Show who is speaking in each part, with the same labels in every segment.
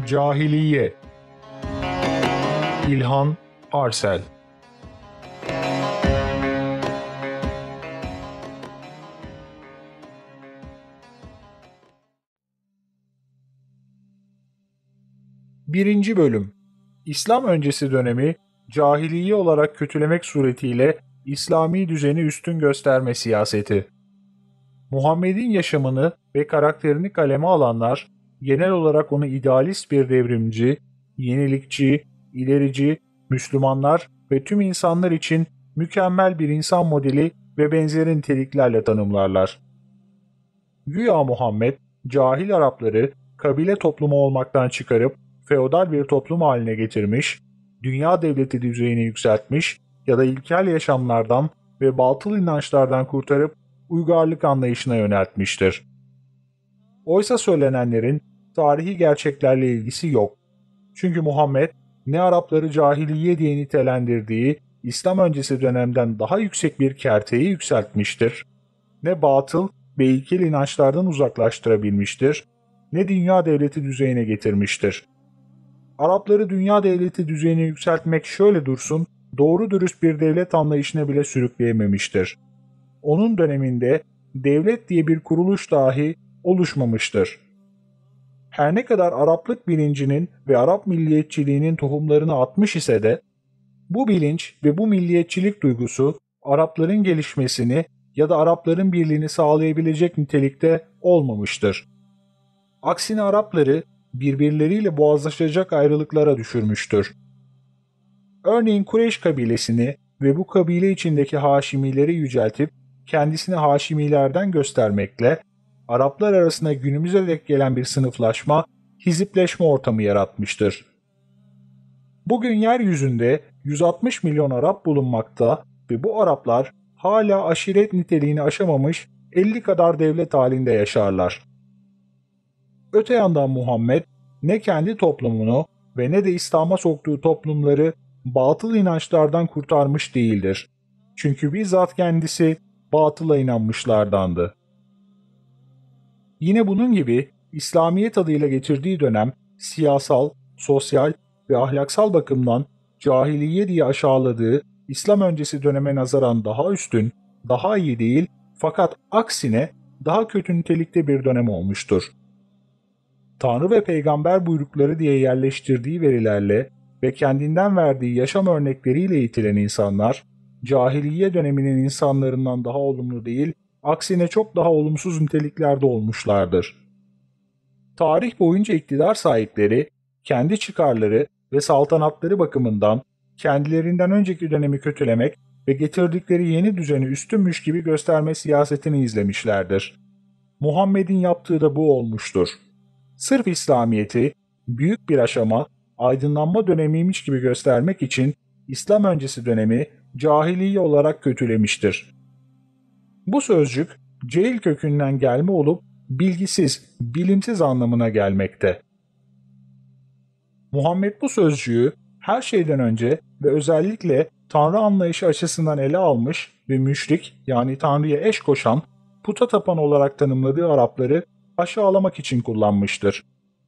Speaker 1: Cahiliye. İlhan Arsel. Birinci Bölüm. İslam öncesi dönemi, cahiliye olarak kötülemek suretiyle İslami düzeni üstün gösterme siyaseti. Muhammed'in yaşamını ve karakterini kaleme alanlar, genel olarak onu idealist bir devrimci, yenilikçi, ilerici, Müslümanlar ve tüm insanlar için mükemmel bir insan modeli ve benzeri niteliklerle tanımlarlar. Güya Muhammed, cahil Arapları kabile toplumu olmaktan çıkarıp feodal bir toplum haline getirmiş, dünya devleti düzeyini yükseltmiş ya da ilkel yaşamlardan ve batıl inançlardan kurtarıp uygarlık anlayışına yöneltmiştir. Oysa söylenenlerin tarihi gerçeklerle ilgisi yok. Çünkü Muhammed ne Arapları cahiliye diye nitelendirdiği İslam öncesi dönemden daha yüksek bir kerteyi yükseltmiştir, ne batıl ve ilkel inançlardan uzaklaştırabilmiştir, ne dünya devleti düzeyine getirmiştir. Arapları dünya devleti düzeyine yükseltmek şöyle dursun, doğru dürüst bir devlet anlayışına bile sürükleyememiştir. Onun döneminde devlet diye bir kuruluş dahi oluşmamıştır. Her ne kadar Araplık bilincinin ve Arap milliyetçiliğinin tohumlarını atmış ise de, bu bilinç ve bu milliyetçilik duygusu Arapların gelişmesini ya da Arapların birliğini sağlayabilecek nitelikte olmamıştır. Aksine Arapları birbirleriyle boğazlaşacak ayrılıklara düşürmüştür. Örneğin Kureyş kabilesini ve bu kabile içindeki Haşimileri yüceltip kendisini Haşimilerden göstermekle Araplar arasında günümüze dek gelen bir sınıflaşma, hizipleşme ortamı yaratmıştır. Bugün yeryüzünde 160 milyon Arap bulunmakta ve bu Araplar hala aşiret niteliğini aşamamış 50 kadar devlet halinde yaşarlar. Öte yandan Muhammed ne kendi toplumunu ve ne de İslam'a soktuğu toplumları batıl inançlardan kurtarmış değildir. Çünkü bizzat kendisi batıla inanmışlardandı. Yine bunun gibi İslamiyet adıyla getirdiği dönem siyasal, sosyal ve ahlaksal bakımdan cahiliye diye aşağıladığı İslam öncesi döneme nazaran daha üstün, daha iyi değil fakat aksine daha kötü nitelikte bir dönem olmuştur. Tanrı ve peygamber buyrukları diye yerleştirdiği verilerle ve kendinden verdiği yaşam örnekleriyle eğitilen insanlar, cahiliye döneminin insanlarından daha olumlu değil, aksine çok daha olumsuz niteliklerde olmuşlardır. Tarih boyunca iktidar sahipleri, kendi çıkarları ve saltanatları bakımından kendilerinden önceki dönemi kötülemek ve getirdikleri yeni düzeni üstünmüş gibi gösterme siyasetini izlemişlerdir. Muhammed'in yaptığı da bu olmuştur. Sırf İslamiyet'i büyük bir aşama, aydınlanma dönemiymiş gibi göstermek için İslam öncesi dönemi cahiliye olarak kötülemiştir. Bu sözcük cehil kökünden gelme olup bilgisiz, bilimsiz anlamına gelmekte. Muhammed bu sözcüğü her şeyden önce ve özellikle Tanrı anlayışı açısından ele almış ve müşrik yani Tanrı'ya eş koşan, puta tapan olarak tanımladığı Arapları aşağılamak için kullanmıştır.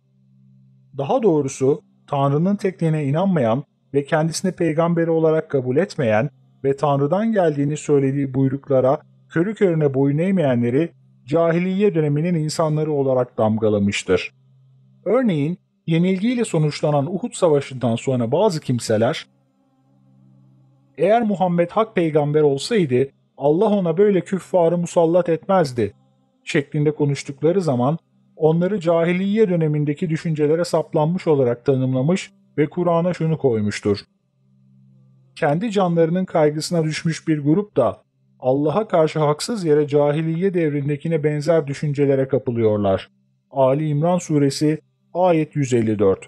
Speaker 1: Daha doğrusu Tanrı'nın tekliğine inanmayan ve kendisini peygamberi olarak kabul etmeyen ve Tanrı'dan geldiğini söylediği buyruklara körü körüne boyun eğmeyenleri cahiliye döneminin insanları olarak damgalamıştır. Örneğin yenilgiyle sonuçlanan Uhud Savaşı'ndan sonra bazı kimseler, "Eğer Muhammed hak peygamber olsaydı Allah ona böyle küffarı musallat etmezdi" şeklinde konuştukları zaman onları cahiliye dönemindeki düşüncelere saplanmış olarak tanımlamış ve Kur'an'a şunu koymuştur: kendi canlarının kaygısına düşmüş bir grup da Allah'a karşı haksız yere cahiliye devrindekine benzer düşüncelere kapılıyorlar. Ali İmran Suresi Ayet 154.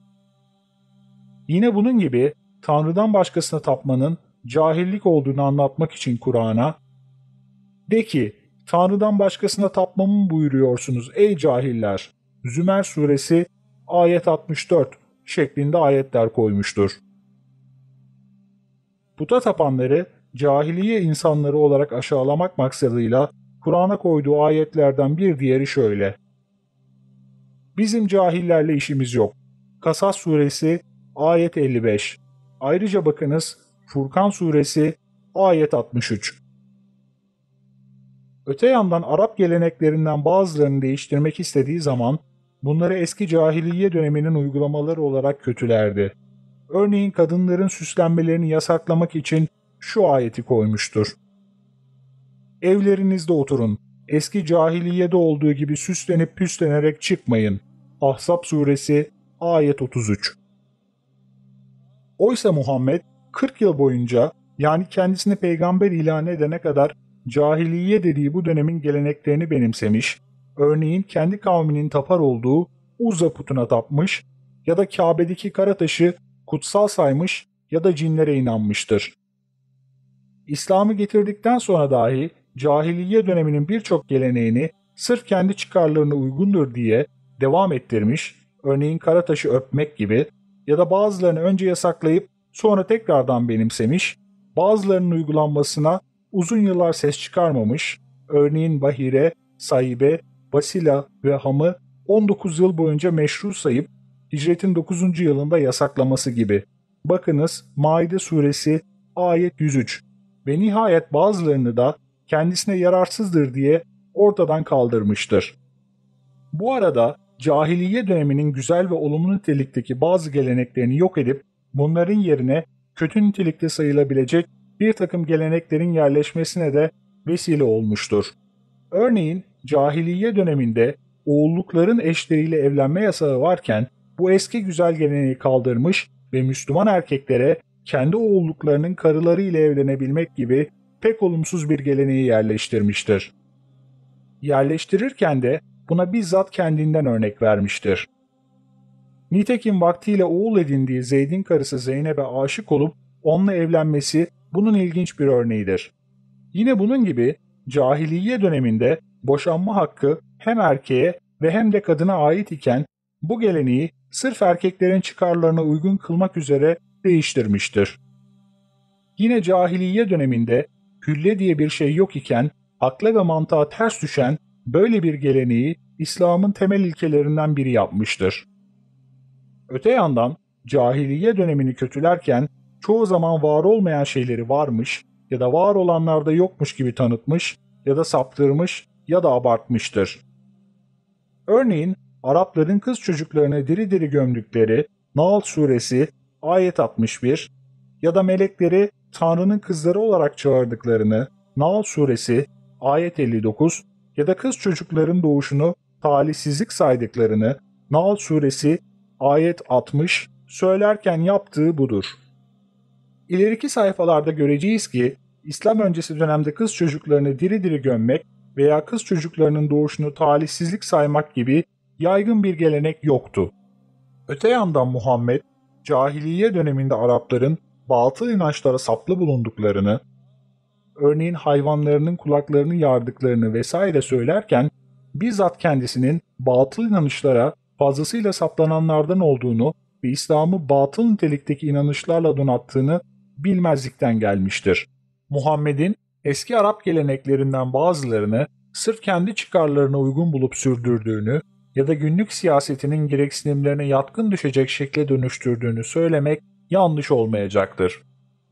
Speaker 1: Yine bunun gibi Tanrı'dan başkasına tapmanın cahillik olduğunu anlatmak için Kur'an'a, "De ki, Tanrı'dan başkasına tapmamı mı buyuruyorsunuz ey cahiller?" Zümer Suresi Ayet 64 şeklinde ayetler koymuştur. Puta tapanları cahiliye insanları olarak aşağılamak maksadıyla Kur'an'a koyduğu ayetlerden bir diğeri şöyle: "Bizim cahillerle işimiz yok. Kasas suresi ayet 55. Ayrıca bakınız Furkan suresi ayet 63. Öte yandan Arap geleneklerinden bazılarını değiştirmek istediği zaman bunları eski cahiliye döneminin uygulamaları olarak kötülerdi. Örneğin kadınların süslenmelerini yasaklamak için şu ayeti koymuştur. Evlerinizde oturun. Eski cahiliyede olduğu gibi süslenip püslenerek çıkmayın. Ahzab suresi ayet 33. Oysa Muhammed 40 yıl boyunca, yani kendisini peygamber ilan edene kadar cahiliye dediği bu dönemin geleneklerini benimsemiş, örneğin kendi kavminin tapar olduğu Uzza putuna tapmış ya da Kabe'deki kara taşı kutsal saymış ya da cinlere inanmıştır. İslam'ı getirdikten sonra dahi cahiliye döneminin birçok geleneğini sırf kendi çıkarlarına uygundur diye devam ettirmiş, örneğin kara taşı öpmek gibi, ya da bazılarını önce yasaklayıp sonra tekrardan benimsemiş, bazılarının uygulanmasına uzun yıllar ses çıkarmamış, örneğin bahire, sahibe, vasila ve hamı 19 yıl boyunca meşru sayıp hicretin 9. yılında yasaklaması gibi. Bakınız Maide suresi ayet 103 ve nihayet bazılarını da kendisine yararsızdır diye ortadan kaldırmıştır. Bu arada cahiliye döneminin güzel ve olumlu nitelikteki bazı geleneklerini yok edip bunların yerine kötü nitelikte sayılabilecek bir takım geleneklerin yerleşmesine de vesile olmuştur. Örneğin cahiliye döneminde oğullukların eşleriyle evlenme yasağı varken bu eski güzel geleneği kaldırmış ve Müslüman erkeklere kendi oğulluklarının karılarıyla evlenebilmek gibi pek olumsuz bir geleneği yerleştirmiştir. Yerleştirirken de buna bizzat kendinden örnek vermiştir. Nitekim vaktiyle oğul edindiği Zeyd'in karısı Zeynep'e aşık olup onunla evlenmesi bunun ilginç bir örneğidir. Yine bunun gibi cahiliye döneminde boşanma hakkı hem erkeğe ve hem de kadına ait iken bu geleneği sırf erkeklerin çıkarlarına uygun kılmak üzere değiştirmiştir. Yine cahiliye döneminde hülle diye bir şey yok iken akla ve mantığa ters düşen böyle bir geleneği İslam'ın temel ilkelerinden biri yapmıştır. Öte yandan cahiliye dönemini kötülerken çoğu zaman var olmayan şeyleri varmış ya da var olanlarda yokmuş gibi tanıtmış ya da saptırmış ya da abartmıştır. Örneğin Arapların kız çocuklarını diri diri gömdükleri Nahl suresi ayet 61 ya da melekleri Tanrı'nın kızları olarak çağırdıklarını Nahl suresi ayet 59 ya da kız çocukların doğuşunu talihsizlik saydıklarını Nahl suresi ayet 60 söylerken yaptığı budur. İleriki sayfalarda göreceğiz ki İslam öncesi dönemde kız çocuklarını diri diri gömmek veya kız çocuklarının doğuşunu talihsizlik saymak gibi yaygın bir gelenek yoktu. Öte yandan Muhammed, cahiliye döneminde Arapların batıl inançlara saplı bulunduklarını, örneğin hayvanlarının kulaklarını yardıklarını vesaire söylerken, bizzat kendisinin batıl inanışlara fazlasıyla saplananlardan olduğunu ve İslam'ı batıl nitelikteki inanışlarla donattığını bilmezlikten gelmiştir. Muhammed'in eski Arap geleneklerinden bazılarını sırf kendi çıkarlarına uygun bulup sürdürdüğünü ya da günlük siyasetinin gereksinimlerine yatkın düşecek şekle dönüştürdüğünü söylemek yanlış olmayacaktır.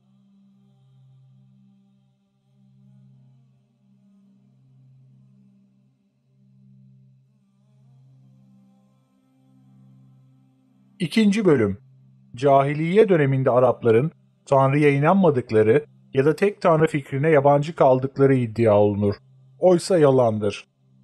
Speaker 1: İkinci bölüm. Cahiliye döneminde Arapların Tanrı'ya inanmadıkları ya da tek Tanrı fikrine yabancı kaldıkları iddia olunur. Oysa yalandır.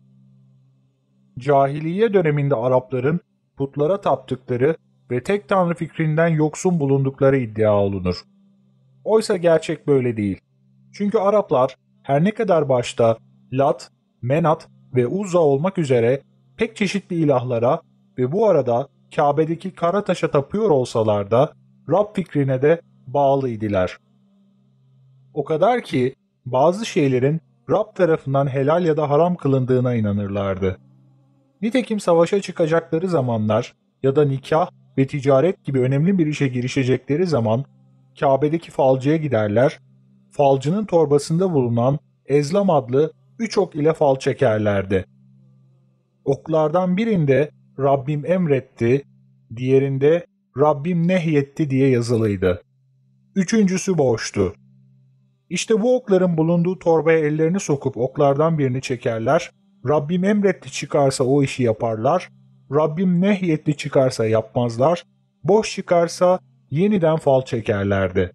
Speaker 1: Cahiliye döneminde Arapların putlara taptıkları ve tek Tanrı fikrinden yoksun bulundukları iddia olunur. Oysa gerçek böyle değil. Çünkü Araplar her ne kadar başta Lat, Menat ve Uzza olmak üzere pek çeşitli ilahlara ve bu arada Kabe'deki kara taşa tapıyor olsalar da Rab fikrine de bağlıydılar. O kadar ki bazı şeylerin Rab tarafından helal ya da haram kılındığına inanırlardı. Nitekim savaşa çıkacakları zamanlar ya da nikah ve ticaret gibi önemli bir işe girişecekleri zaman Kabe'deki falcıya giderler, falcının torbasında bulunan Ezlam adlı 3 ok ile fal çekerlerdi. Oklardan birinde Rabbim emretti, diğerinde Rabbim nehyetti diye yazılıydı. Üçüncüsü boştu. İşte bu okların bulunduğu torbaya ellerini sokup oklardan birini çekerler, Rabbim emretti çıkarsa o işi yaparlar, Rabbim nehyetti çıkarsa yapmazlar, boş çıkarsa yeniden fal çekerlerdi.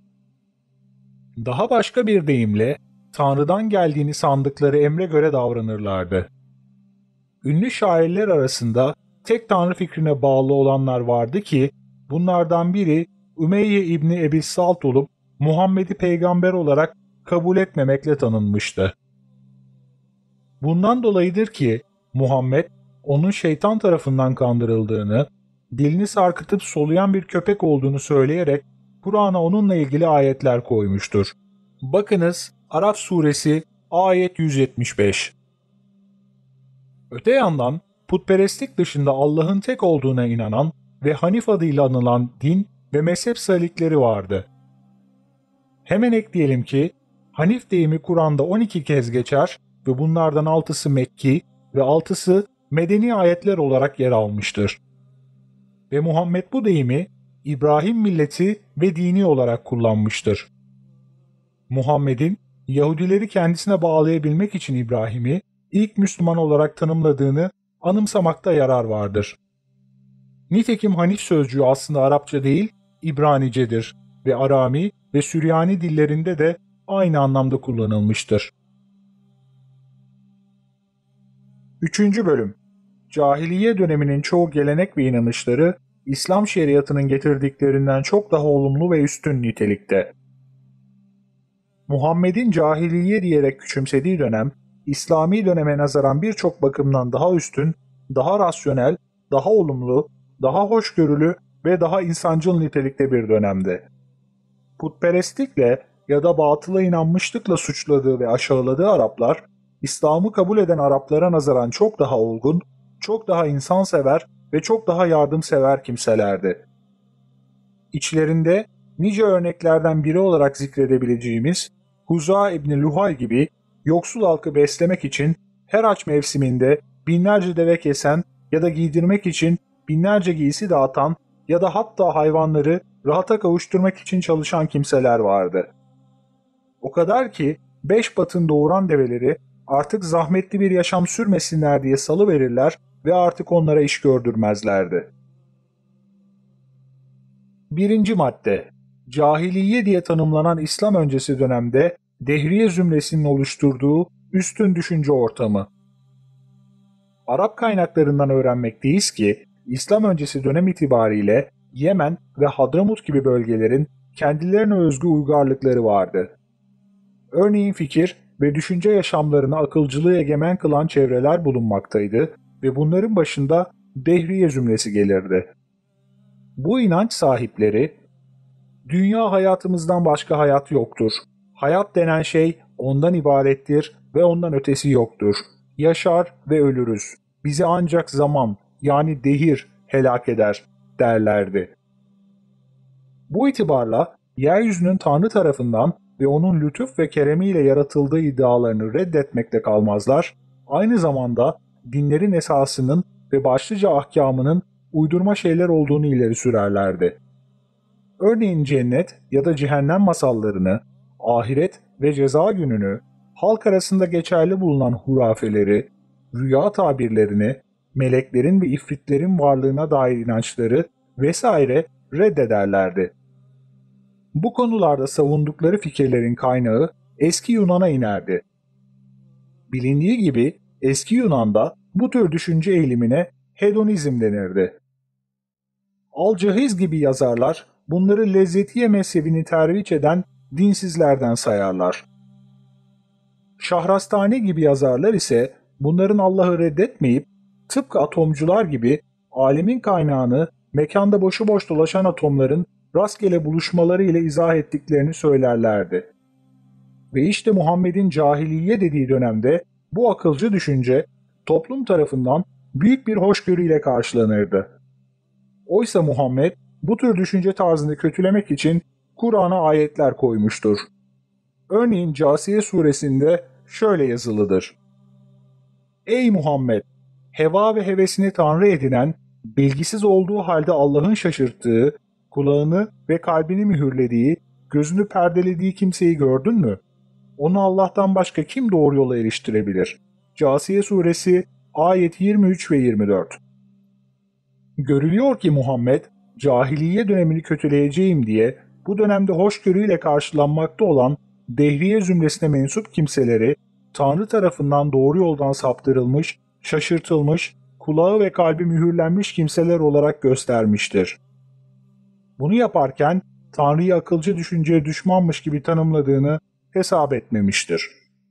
Speaker 1: Daha başka bir deyimle, Tanrı'dan geldiğini sandıkları emre göre davranırlardı. Ünlü şairler arasında tek Tanrı fikrine bağlı olanlar vardı ki, bunlardan biri Ümeyye İbni Ebi Salt olup Muhammed'i peygamber olarak kabul etmemekle tanınmıştı. Bundan dolayıdır ki Muhammed onun şeytan tarafından kandırıldığını, dilini sarkıtıp soluyan bir köpek olduğunu söyleyerek Kur'an'a onunla ilgili ayetler koymuştur. Bakınız Araf suresi ayet 175. Öte yandan putperestlik dışında Allah'ın tek olduğuna inanan ve Hanif adıyla anılan din ve mezhep salikleri vardı. Hemen ekleyelim ki Hanif deyimi Kur'an'da 12 kez geçer ve bunlardan 6'sı Mekki ve 6'sı Medeni ayetler olarak yer almıştır. Ve Muhammed bu deyimi İbrahim milleti ve dini olarak kullanmıştır. Muhammed'in Yahudileri kendisine bağlayabilmek için İbrahim'i ilk Müslüman olarak tanımladığını anımsamakta yarar vardır. Nitekim Hanif sözcüğü aslında Arapça değil, İbranicedir ve Arami ve Süryani dillerinde de aynı anlamda kullanılmıştır. 3. Bölüm Cahiliye döneminin çoğu gelenek ve inanışları İslam şeriatının getirdiklerinden çok daha olumlu ve üstün nitelikte. Muhammed'in cahiliye diyerek küçümsediği dönem, İslami döneme nazaran birçok bakımdan daha üstün, daha rasyonel, daha olumlu, daha hoşgörülü ve daha insancıl nitelikte bir dönemdi. Putperestlikle ya da batıla inanmışlıkla suçladığı ve aşağıladığı Araplar, İslam'ı kabul eden Araplara nazaran çok daha olgun, çok daha insansever ve çok daha yardımsever kimselerdi. İçlerinde nice örneklerden biri olarak zikredebileceğimiz Huza İbni Luhay gibi yoksul halkı beslemek için her haç mevsiminde binlerce deve kesen ya da giydirmek için binlerce giysi dağıtan ya da hatta hayvanları rahata kavuşturmak için çalışan kimseler vardı. O kadar ki 5 batın doğuran develeri artık zahmetli bir yaşam sürmesinler diye salıverirler ve artık onlara iş gördürmezlerdi. 1. madde Cahiliye diye tanımlanan İslam öncesi dönemde Dehriye zümresinin oluşturduğu üstün düşünce ortamı. Arap kaynaklarından öğrenmekteyiz ki İslam öncesi dönem itibariyle Yemen ve Hadramut gibi bölgelerin kendilerine özgü uygarlıkları vardı. Örneğin fikir ve düşünce yaşamlarına akılcılığı egemen kılan çevreler bulunmaktaydı ve bunların başında Dehriye zümresi gelirdi. Bu inanç sahipleri, dünya hayatımızdan başka hayat yoktur. Hayat denen şey ondan ibarettir ve ondan ötesi yoktur. Yaşar ve ölürüz. Bizi ancak zaman yani dehir helak eder derlerdi. Bu itibarla yeryüzünün Tanrı tarafından ve onun lütuf ve keremiyle yaratıldığı iddialarını reddetmekte kalmazlar, aynı zamanda dinlerin esasının ve başlıca ahkamının uydurma şeyler olduğunu ileri sürerlerdi. Örneğin cennet ya da cehennem masallarını, ahiret ve ceza gününü, halk arasında geçerli bulunan hurafeleri, rüya tabirlerini, meleklerin ve ifritlerin varlığına dair inançları vesaire reddederlerdi. Bu konularda savundukları fikirlerin kaynağı eski Yunan'a inerdi. Bilindiği gibi eski Yunan'da bu tür düşünce eğilimine hedonizm denirdi. Al-Cahiz gibi yazarlar bunları lezzetiye mezhebini terviç eden dinsizlerden sayarlar. Şahrastani gibi yazarlar ise bunların Allah'ı reddetmeyip tıpkı atomcular gibi alemin kaynağını mekanda boşu boş dolaşan atomların rastgele buluşmaları ile izah ettiklerini söylerlerdi. Ve işte Muhammed'in cahiliye dediği dönemde bu akılcı düşünce toplum tarafından büyük bir hoşgörüyle karşılanırdı. Oysa Muhammed bu tür düşünce tarzını kötülemek için Kur'an'a ayetler koymuştur. Örneğin Câsiye suresinde şöyle yazılıdır. Ey Muhammed! Heva ve hevesini tanrı edinen Bilgisiz olduğu halde Allah'ın şaşırttığı, kulağını ve kalbini mühürlediği, gözünü perdelediği kimseyi gördün mü? Onu Allah'tan başka kim doğru yola eriştirebilir? Câsiye Suresi ayet 23 ve 24. Görülüyor ki Muhammed, cahiliye dönemini kötüleyeceğim diye bu dönemde hoşgörüyle karşılanmakta olan dehriye zümresine mensup kimseleri Tanrı tarafından doğru yoldan saptırılmış, şaşırtılmış, kulağı ve kalbi mühürlenmiş kimseler olarak göstermiştir. Bunu yaparken Tanrı'yı akılcı düşünceye düşmanmış gibi tanımladığını hesap etmemiştir.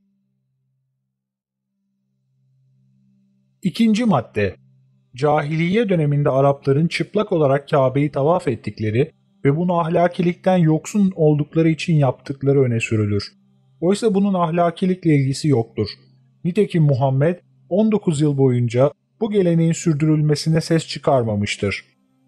Speaker 1: İkinci madde, cahiliye döneminde Arapların çıplak olarak Kabe'yi tavaf ettikleri ve bunu ahlakilikten yoksun oldukları için yaptıkları öne sürülür. Oysa bunun ahlakilikle ilgisi yoktur. Nitekim Muhammed 19 yıl boyunca bu geleneğin sürdürülmesine ses çıkarmamıştır.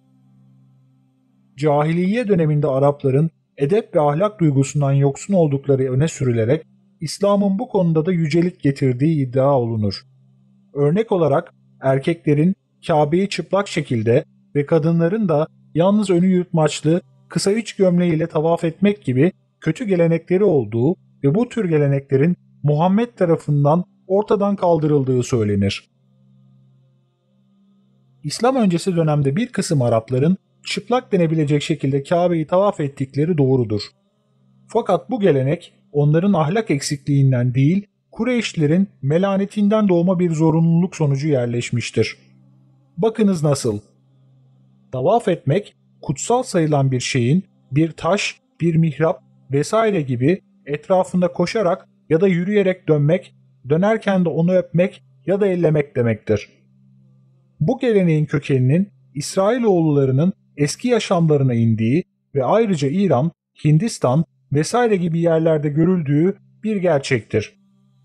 Speaker 1: Cahiliye döneminde Arapların edep ve ahlak duygusundan yoksun oldukları öne sürülerek İslam'ın bu konuda da yücelik getirdiği iddia olunur. Örnek olarak erkeklerin Kabe'yi çıplak şekilde ve kadınların da yalnız önü yırtmaçlı kısa iç gömleğiyle tavaf etmek gibi kötü gelenekleri olduğu ve bu tür geleneklerin Muhammed tarafından ortadan kaldırıldığı söylenir. İslam öncesi dönemde bir kısım Arapların çıplak denebilecek şekilde Kabe'yi tavaf ettikleri doğrudur. Fakat bu gelenek onların ahlak eksikliğinden değil, Kureyşlilerin melanetinden doğma bir zorunluluk sonucu yerleşmiştir. Bakınız nasıl? Tavaf etmek, kutsal sayılan bir şeyin bir taş, bir mihrap vesaire gibi etrafında koşarak ya da yürüyerek dönmek, dönerken de onu öpmek ya da ellemek demektir. Bu geleneğin kökeninin İsrailoğullarının eski yaşamlarına indiği ve ayrıca İran, Hindistan vesaire gibi yerlerde görüldüğü bir gerçektir.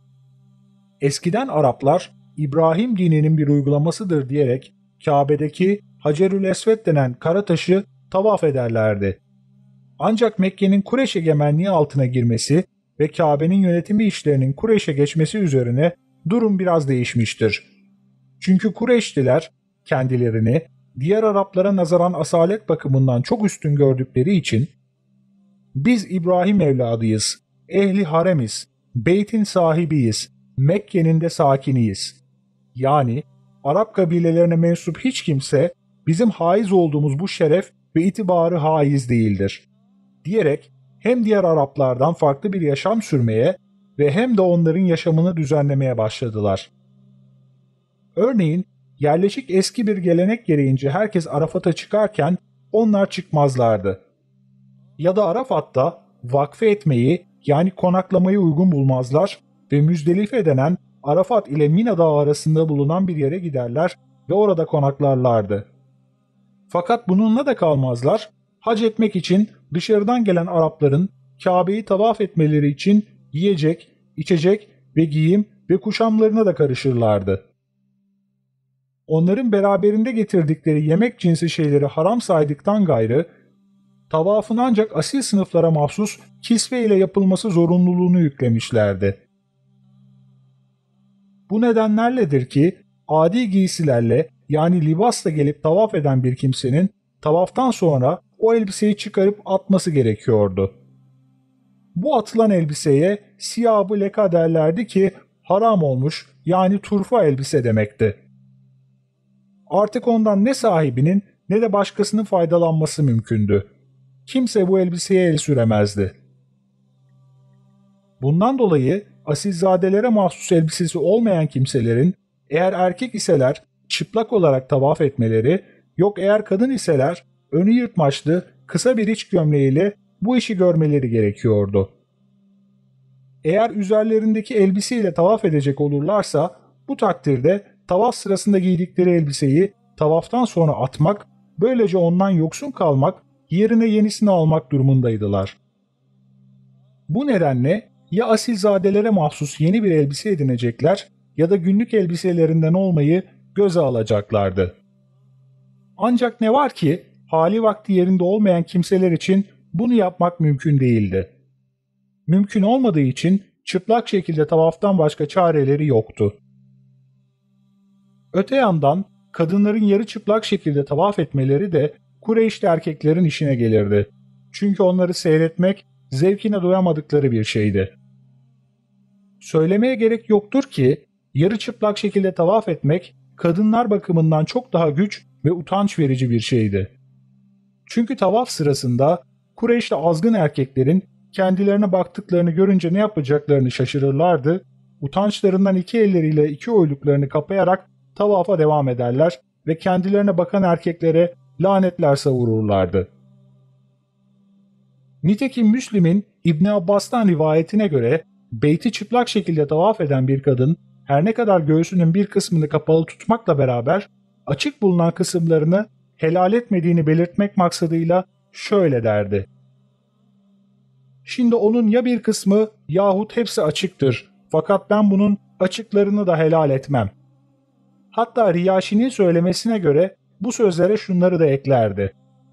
Speaker 1: Eskiden Araplar İbrahim dininin bir uygulamasıdır diyerek Kabe'deki Hacerül Esved denen kara taşı tavaf ederlerdi. Ancak Mekke'nin Kureyş egemenliği altına girmesi ve Kabe'nin yönetimi işlerinin Kureyş'e geçmesi üzerine durum biraz değişmiştir. Çünkü Kureyşliler kendilerini diğer Araplara nazaran asalet bakımından çok üstün gördükleri için "Biz İbrahim evladıyız, ehli haremiz, beytin sahibiyiz, Mekke'nin de sakiniyiz." Yani Arap kabilelerine mensup hiç kimse bizim haiz olduğumuz bu şeref ve itibarı haiz değildir diyerek hem diğer Araplardan farklı bir yaşam sürmeye ve hem de onların yaşamını düzenlemeye başladılar. Örneğin yerleşik eski bir gelenek gereğince herkes Arafat'a çıkarken onlar çıkmazlardı. Ya da Arafat'ta vakfe etmeyi yani konaklamayı uygun bulmazlar ve Müzdelife denen Arafat ile Mina Dağı arasında bulunan bir yere giderler ve orada konaklarlardı. Fakat bununla da kalmazlar, hac etmek için dışarıdan gelen Arapların Kabe'yi tavaf etmeleri için yiyecek, içecek ve giyim ve kuşamlarına da karışırlardı. Onların beraberinde getirdikleri yemek cinsi şeyleri haram saydıktan gayrı, tavafın ancak asil sınıflara mahsus kisve ile yapılması zorunluluğunu yüklemişlerdi. Bu nedenlerledir ki adi giysilerle yani libasla gelip tavaf eden bir kimsenin tavaftan sonra o elbiseyi çıkarıp atması gerekiyordu. Bu atılan elbiseye siyab-ı leka derlerdi ki haram olmuş yani turfa elbise demekti. Artık ondan ne sahibinin ne de başkasının faydalanması mümkündü. Kimse bu elbiseye el süremezdi. Bundan dolayı asilzadelere mahsus elbisesi olmayan kimselerin eğer erkek iseler çıplak olarak tavaf etmeleri, yok eğer kadın iseler önü yırtmaçlı kısa bir iç gömleğiyle bu işi görmeleri gerekiyordu. Eğer üzerlerindeki elbiseyle tavaf edecek olurlarsa bu takdirde tavaf sırasında giydikleri elbiseyi tavaftan sonra atmak, böylece ondan yoksun kalmak, yerine yenisini almak durumundaydılar. Bu nedenle ya asilzadelere mahsus yeni bir elbise edinecekler ya da günlük elbiselerinden olmayı göze alacaklardı. Ancak ne var ki hali vakti yerinde olmayan kimseler için bunu yapmak mümkün değildi. Mümkün olmadığı için çıplak şekilde tavaftan başka çareleri yoktu. Öte yandan kadınların yarı çıplak şekilde tavaf etmeleri de Kureyşli erkeklerin işine gelirdi. Çünkü onları seyretmek zevkine doyamadıkları bir şeydi. Söylemeye gerek yoktur ki yarı çıplak şekilde tavaf etmek kadınlar bakımından çok daha güç ve utanç verici bir şeydi. Çünkü tavaf sırasında Kureyşli azgın erkeklerin kendilerine baktıklarını görünce ne yapacaklarını şaşırırlardı, utançlarından iki elleriyle iki oyluklarını kapayarak tavafa devam ederler ve kendilerine bakan erkeklere lanetler savururlardı. Nitekim Müslim'in İbn Abbas'tan rivayetine göre beyti çıplak şekilde tavaf eden bir kadın her ne kadar göğsünün bir kısmını kapalı tutmakla beraber açık bulunan kısımlarını helal etmediğini belirtmek maksadıyla şöyle derdi: "Şimdi onun ya bir kısmı yahut hepsi açıktır. Fakat ben bunun açıklarını da helal etmem." Hatta Riyaşi'nin söylemesine göre bu sözlere şunları da eklerdi: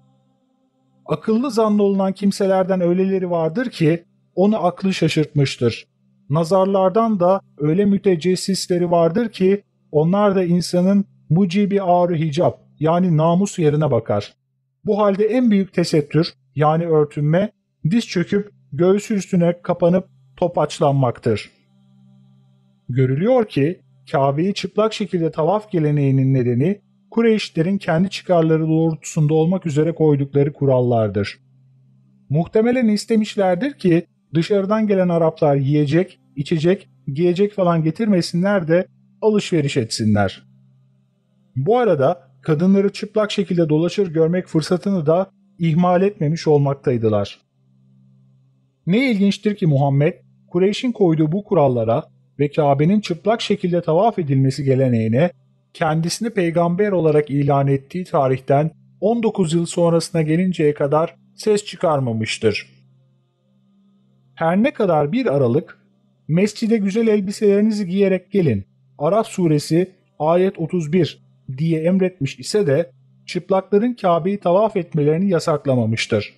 Speaker 1: "Akıllı zanlı olunan kimselerden öyleleri vardır ki onu aklı şaşırtmıştır. Nazarlardan da öyle mütecessisleri vardır ki onlar da insanın mucibi ağrı hicap yani namus yerine bakar. Bu halde en büyük tesettür yani örtünme diz çöküp göğsü üstüne kapanıp topaçlanmaktır." Görülüyor ki Kabe'yi çıplak şekilde tavaf geleneğinin nedeni Kureyşlerin kendi çıkarları doğrultusunda olmak üzere koydukları kurallardır. Muhtemelen istemişlerdir ki dışarıdan gelen Araplar yiyecek, içecek, giyecek falan getirmesinler de alışveriş etsinler. Bu arada kadınları çıplak şekilde dolaşır görmek fırsatını da ihmal etmemiş olmaktaydılar. Ne ilginçtir ki Muhammed, Kureyş'in koyduğu bu kurallara ve Kabe'nin çıplak şekilde tavaf edilmesi geleneğine kendisini peygamber olarak ilan ettiği tarihten 19 yıl sonrasına gelinceye kadar ses çıkarmamıştır. Her ne kadar 1 Aralık "Mescide güzel elbiselerinizi giyerek gelin" Araf suresi ayet 31 diye emretmiş ise de çıplakların Kabe'yi tavaf etmelerini yasaklamamıştır.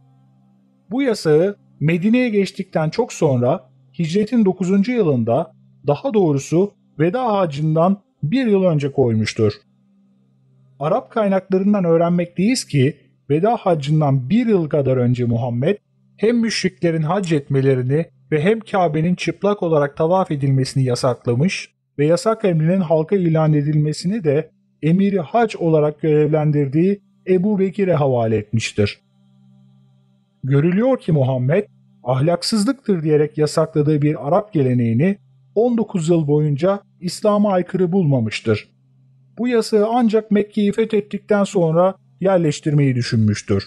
Speaker 1: Bu yasağı Medine'ye geçtikten çok sonra hicretin 9. yılında, daha doğrusu Veda Haccı'ndan 1 yıl önce koymuştur. Arap kaynaklarından öğrenmekteyiz ki Veda Haccı'ndan 1 yıl kadar önce Muhammed hem müşriklerin hac etmelerini ve hem Kabe'nin çıplak olarak tavaf edilmesini yasaklamış ve yasak emrinin halka ilan edilmesini de emiri hac olarak görevlendirdiği Ebu Bekir'e havale etmiştir. Görülüyor ki Muhammed ahlaksızlıktır diyerek yasakladığı bir Arap geleneğini 19 yıl boyunca İslam'a aykırı bulmamıştır. Bu yasağı ancak Mekke'yi fethettikten sonra yerleştirmeyi düşünmüştür.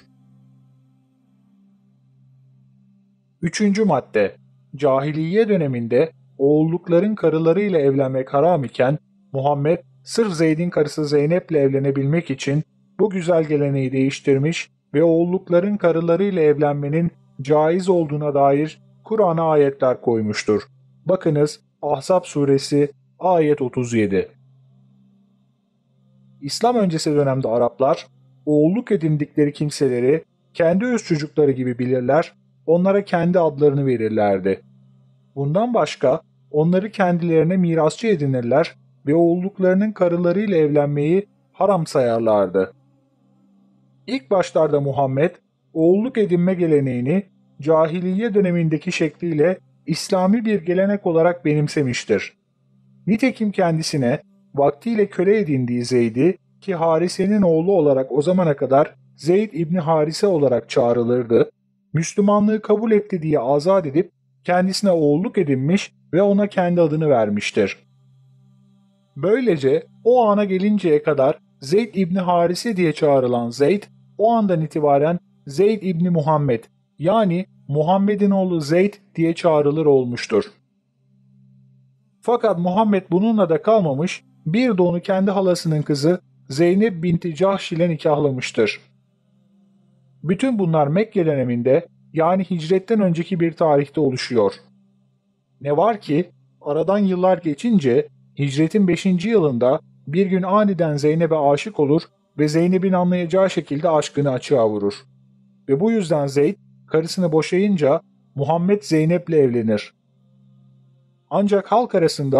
Speaker 1: 3. madde. Cahiliye döneminde oğullukların karılarıyla evlenmek haram iken Muhammed sırf Zeyd'in karısı Zeynep'le evlenebilmek için bu güzel geleneği değiştirmiş ve oğullukların karılarıyla evlenmenin caiz olduğuna dair Kur'an'a ayetler koymuştur. Bakınız Ahzab suresi ayet 37. İslam öncesi dönemde Araplar oğulluk edindikleri kimseleri kendi öz çocukları gibi bilirler, onlara kendi adlarını verirlerdi. Bundan başka onları kendilerine mirasçı edinirler ve oğulluklarının karılarıyla evlenmeyi haram sayarlardı. İlk başlarda Muhammed, oğulluk edinme geleneğini cahiliye dönemindeki şekliyle İslami bir gelenek olarak benimsemiştir. Nitekim kendisine vaktiyle köle edindiği Zeyd'i, ki Harise'nin oğlu olarak o zamana kadar Zeyd İbni Harise olarak çağrılırdı, Müslümanlığı kabul etti diye azat edip kendisine oğulluk edinmiş ve ona kendi adını vermiştir. Böylece o ana gelinceye kadar Zeyd İbni Harise diye çağrılan Zeyd, o andan itibaren Zeyd İbni Muhammed yani Muhammed'in oğlu Zeyd diye çağrılır olmuştur. Fakat Muhammed bununla da kalmamış, bir de onu kendi halasının kızı Zeynep binti Cahş ile nikahlamıştır. Bütün bunlar Mekke döneminde yani hicretten önceki bir tarihte oluşuyor. Ne var ki aradan yıllar geçince hicretin 5. yılında bir gün aniden Zeynep'e aşık olur ve Zeynep'in anlayacağı şekilde aşkını açığa vurur. Ve bu yüzden Zeyd karısını boşayınca Muhammed Zeynep'le evlenir. Ancak halk arasında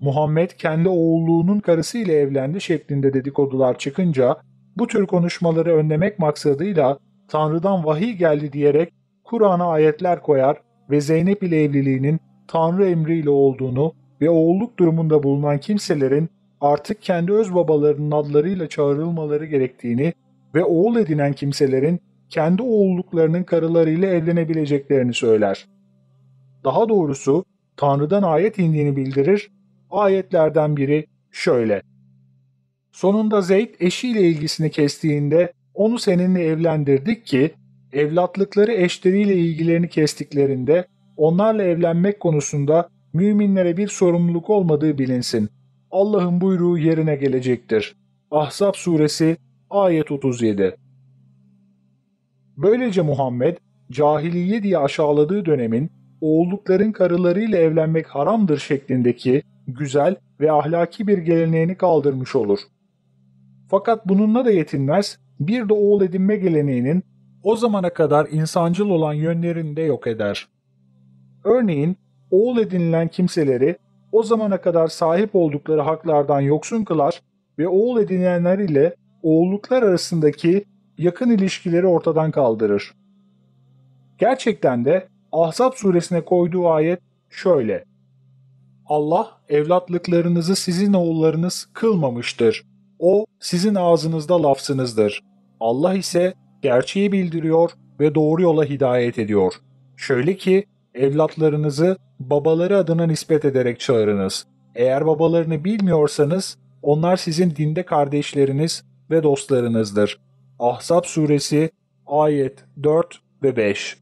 Speaker 1: Muhammed kendi oğulluğunun karısıyla evlendi şeklinde dedikodular çıkınca bu tür konuşmaları önlemek maksadıyla Tanrı'dan vahiy geldi diyerek Kur'an'a ayetler koyar ve Zeynep ile evliliğinin Tanrı emriyle olduğunu ve oğulluk durumunda bulunan kimselerin artık kendi öz babalarının adlarıyla çağrılmaları gerektiğini ve oğul edinen kimselerin kendi oğulluklarının karılarıyla evlenebileceklerini söyler. Daha doğrusu Tanrı'dan ayet indiğini bildirir. Ayetlerden biri şöyle: Sonunda Zeyd eşiyle ilgisini kestiğinde onu seninle evlendirdik ki evlatlıkları eşleriyle ilgilerini kestiklerinde onlarla evlenmek konusunda müminlere bir sorumluluk olmadığı bilinsin. Allah'ın buyruğu yerine gelecektir. Ahzab suresi ayet 37. Böylece Muhammed cahiliye diye aşağıladığı dönemin oğullukların karılarıyla evlenmek haramdır şeklindeki güzel ve ahlaki bir geleneğini kaldırmış olur. Fakat bununla da yetinmez, bir de oğul edinme geleneğinin o zamana kadar insancıl olan yönlerini de yok eder. Örneğin oğul edinilen kimseleri o zamana kadar sahip oldukları haklardan yoksun kılar ve oğul edinilenler ile oğulluklar arasındaki yakın ilişkileri ortadan kaldırır. Gerçekten de Ahzab suresine koyduğu ayet şöyle: Allah evlatlıklarınızı sizin oğullarınız kılmamıştır. O sizin ağzınızda lafzınızdır. Allah ise gerçeği bildiriyor ve doğru yola hidayet ediyor. Şöyle ki evlatlarınızı babaları adına nispet ederek çağırınız. Eğer babalarını bilmiyorsanız onlar sizin dinde kardeşleriniz ve dostlarınızdır. Ahzab suresi ayet 4 ve 5.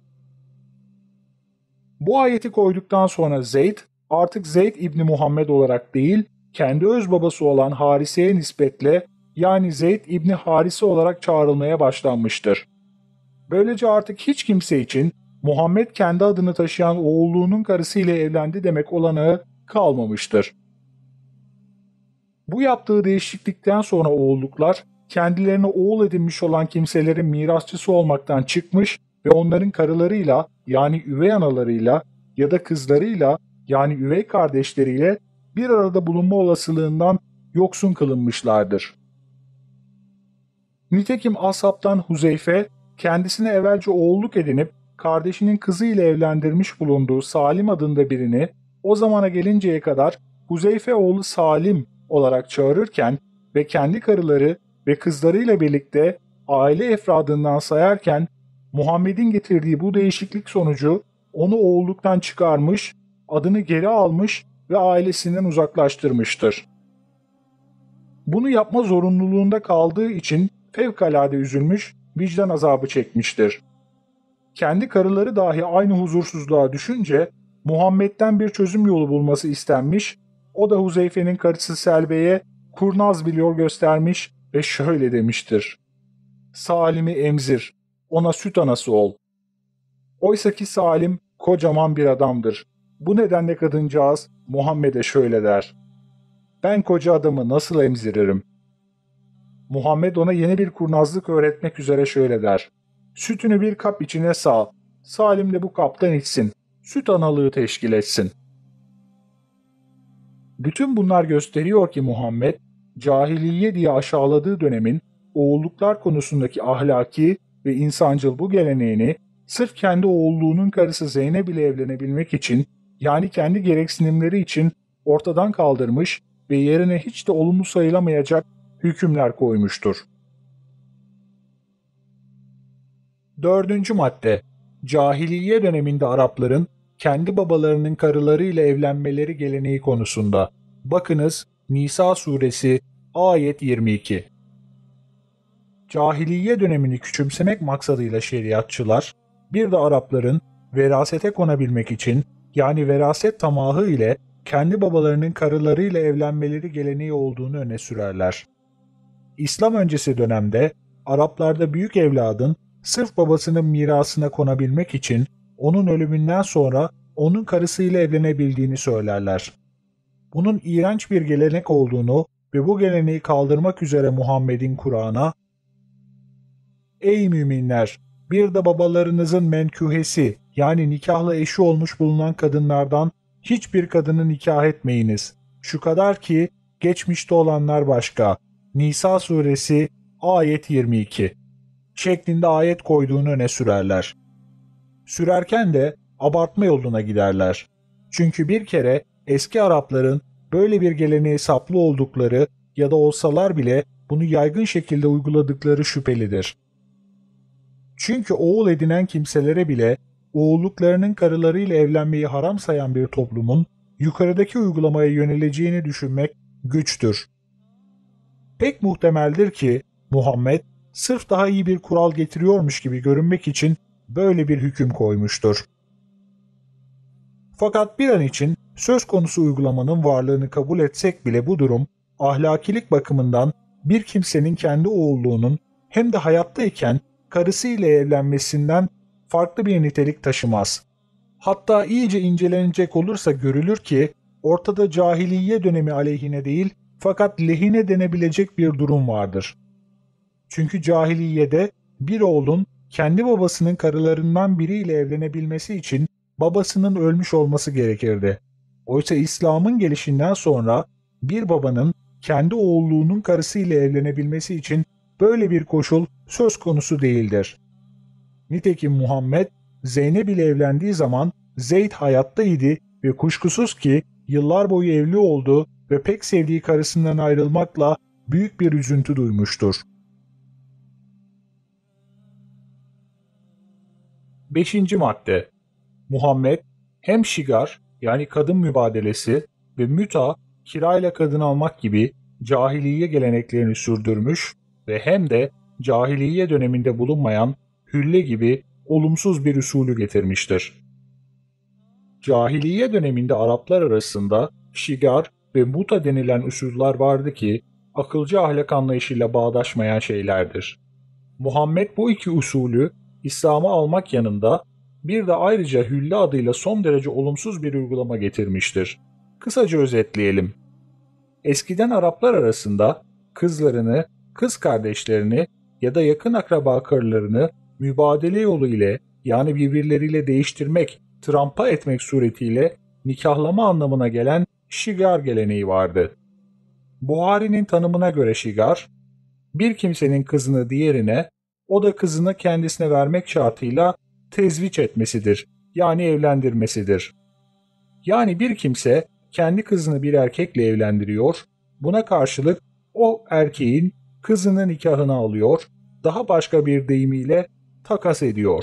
Speaker 1: Bu ayeti koyduktan sonra Zeyd artık Zeyd İbni Muhammed olarak değil, kendi öz babası olan Harise'ye nispetle yani Zeyd İbni Harise olarak çağrılmaya başlanmıştır. Böylece artık hiç kimse için Muhammed kendi adını taşıyan oğulluğunun karısıyla evlendi demek olanağı kalmamıştır. Bu yaptığı değişiklikten sonra oğulluklar kendilerine oğul edinmiş olan kimselerin mirasçısı olmaktan çıkmış ve onların karılarıyla yani üvey analarıyla ya da kızlarıyla yani üvey kardeşleriyle bir arada bulunma olasılığından yoksun kılınmışlardır. Nitekim Ashab'tan Huzeyfe kendisine evvelce oğulluk edinip kardeşinin kızı ile evlendirmiş bulunduğu Salim adında birini o zamana gelinceye kadar Huzeyfe oğlu Salim olarak çağırırken ve kendi karıları ve kızlarıyla birlikte aile efradından sayarken Muhammed'in getirdiği bu değişiklik sonucu onu oğulluktan çıkarmış, adını geri almış ve ailesinden uzaklaştırmıştır. Bunu yapma zorunluluğunda kaldığı için fevkalade üzülmüş, vicdan azabı çekmiştir. Kendi karıları dahi aynı huzursuzluğa düşünce Muhammed'den bir çözüm yolu bulması istenmiş, o da Huzeyfe'nin karısı Selbe'ye kurnaz bir yol göstermiş ve şöyle demiştir: Salim'i emzir, ona süt anası ol. Oysaki Salim kocaman bir adamdır. Bu nedenle kadıncağız Muhammed'e şöyle der: Ben koca adamı nasıl emziririm? Muhammed ona yeni bir kurnazlık öğretmek üzere şöyle der: Sütünü bir kap içine sağ, Salim de bu kaptan içsin, süt analığı teşkil etsin. Bütün bunlar gösteriyor ki Muhammed, cahiliye diye aşağıladığı dönemin oğulluklar konusundaki ahlaki ve insancıl bu geleneğini sırf kendi oğulluğunun karısı Zeynep ile evlenebilmek için, yani kendi gereksinimleri için ortadan kaldırmış ve yerine hiç de olumlu sayılamayacak hükümler koymuştur. 4. madde. Cahiliye döneminde Arapların kendi babalarının karılarıyla evlenmeleri geleneği konusunda. Bakınız Nisa suresi ayet 22. Cahiliye dönemini küçümsemek maksadıyla şeriatçılar, bir de Arapların verasete konabilmek için yani veraset tamahı ile kendi babalarının karılarıyla evlenmeleri geleneği olduğunu öne sürerler. İslam öncesi dönemde Araplarda büyük evladın sırf babasının mirasına konabilmek için onun ölümünden sonra onun karısıyla evlenebildiğini söylerler. Bunun iğrenç bir gelenek olduğunu ve bu geleneği kaldırmak üzere Muhammed'in Kur'an'a "Ey müminler! Bir de babalarınızın menkûhesi yani nikahlı eşi olmuş bulunan kadınlardan hiçbir kadını nikah etmeyiniz. Şu kadar ki geçmişte olanlar başka. Nisa suresi ayet 22 şeklinde ayet koyduğunu öne sürerler. Sürerken de abartma yoluna giderler. Çünkü bir kere eski Arapların böyle bir geleneğe saplı oldukları ya da olsalar bile bunu yaygın şekilde uyguladıkları şüphelidir. Çünkü oğul edinen kimselere bile oğulluklarının karılarıyla evlenmeyi haram sayan bir toplumun yukarıdaki uygulamaya yöneleceğini düşünmek güçtür. Pek muhtemeldir ki Muhammed sırf daha iyi bir kural getiriyormuş gibi görünmek için böyle bir hüküm koymuştur. Fakat bir an için söz konusu uygulamanın varlığını kabul etsek bile bu durum ahlakilik bakımından bir kimsenin kendi oğulluğunun hem de hayattayken karısıyla evlenmesinden farklı bir nitelik taşımaz. Hatta iyice incelenecek olursa görülür ki ortada cahiliye dönemi aleyhine değil fakat lehine denebilecek bir durum vardır. Çünkü cahiliyede bir oğlun kendi babasının karılarından biriyle evlenebilmesi için babasının ölmüş olması gerekirdi. Oysa İslam'ın gelişinden sonra bir babanın kendi oğulluğunun karısıyla evlenebilmesi için böyle bir koşul söz konusu değildir. Nitekim Muhammed Zeynep ile evlendiği zaman Zeyd hayattaydı ve kuşkusuz ki yıllar boyu evli oldu ve pek sevdiği karısından ayrılmakla büyük bir üzüntü duymuştur. 5. madde Muhammed hem şigar yani kadın mübadelesi ve müta kirayla kadın almak gibi cahiliye geleneklerini sürdürmüş ve hem de cahiliye döneminde bulunmayan hülle gibi olumsuz bir usulü getirmiştir. Cahiliye döneminde Araplar arasında şigar ve muta denilen usuller vardı ki akılcı ahlak anlayışıyla bağdaşmayan şeylerdir. Muhammed bu iki usulü İslam'a almak yanında bir de ayrıca hülle adıyla son derece olumsuz bir uygulama getirmiştir. Kısaca özetleyelim. Eskiden Araplar arasında kızlarını, kız kardeşlerini ya da yakın akraba karılarını mübadele yolu ile yani birbirleriyle değiştirmek, trampa etmek suretiyle nikahlama anlamına gelen şigar geleneği vardı. Buhari'nin tanımına göre şigar, bir kimsenin kızını diğerine, o da kızını kendisine vermek şartıyla tezviç etmesidir, yani evlendirmesidir. Yani bir kimse kendi kızını bir erkekle evlendiriyor, buna karşılık o erkeğin kızının nikahını alıyor, daha başka bir deyimiyle takas ediyor.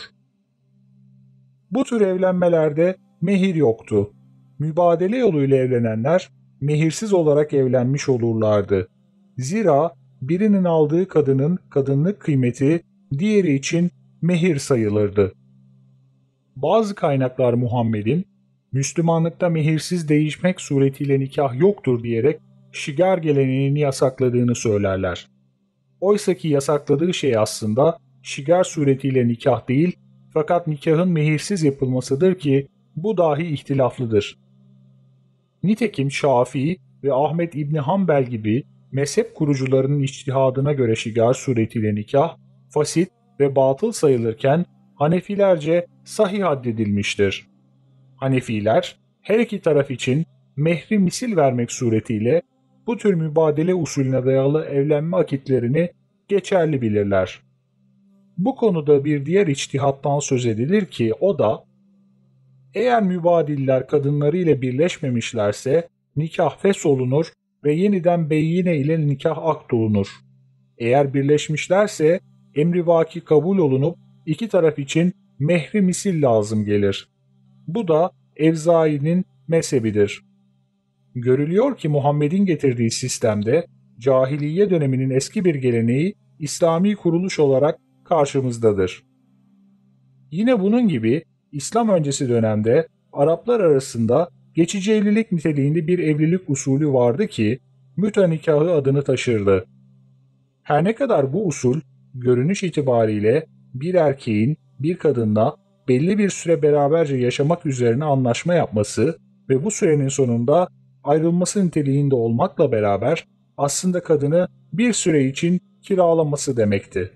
Speaker 1: Bu tür evlenmelerde mehir yoktu. Mübadele yoluyla evlenenler mehirsiz olarak evlenmiş olurlardı. Zira birinin aldığı kadının kadınlık kıymeti diğeri için mehir sayılırdı. Bazı kaynaklar Muhammed'in Müslümanlıkta mehirsiz değişmek suretiyle nikah yoktur diyerek şigar geleneğini yasakladığını söylerler. Oysa ki yasakladığı şey aslında şigar suretiyle nikah değil fakat nikahın mehirsiz yapılmasıdır ki bu dahi ihtilaflıdır. Nitekim Şafii ve Ahmet İbni Hanbel gibi mezhep kurucularının içtihadına göre şigar suretiyle nikah, fasit ve batıl sayılırken Hanefilerce sahih addedilmiştir. Hanefiler her iki taraf için mehri misil vermek suretiyle bu tür mübadele usulüne dayalı evlenme akitlerini geçerli bilirler. Bu konuda bir diğer içtihattan söz edilir ki o da eğer mübadiller kadınlarıyla birleşmemişlerse nikah fesholunur ve yeniden beyine ile nikah akdolunur. Eğer birleşmişlerse emrivaki kabul olunup iki taraf için mehri misil lazım gelir. Bu da Evzai'nin mezhebidir. Görülüyor ki Muhammed'in getirdiği sistemde cahiliye döneminin eski bir geleneği İslami kuruluş olarak karşımızdadır. Yine bunun gibi İslam öncesi dönemde Araplar arasında geçici evlilik niteliğinde bir evlilik usulü vardı ki müta nikahı adını taşırdı. Her ne kadar bu usul görünüş itibariyle bir erkeğin bir kadınla belli bir süre beraberce yaşamak üzerine anlaşma yapması ve bu sürenin sonunda ayrılması niteliğinde olmakla beraber aslında kadını bir süre için kiralaması demekti.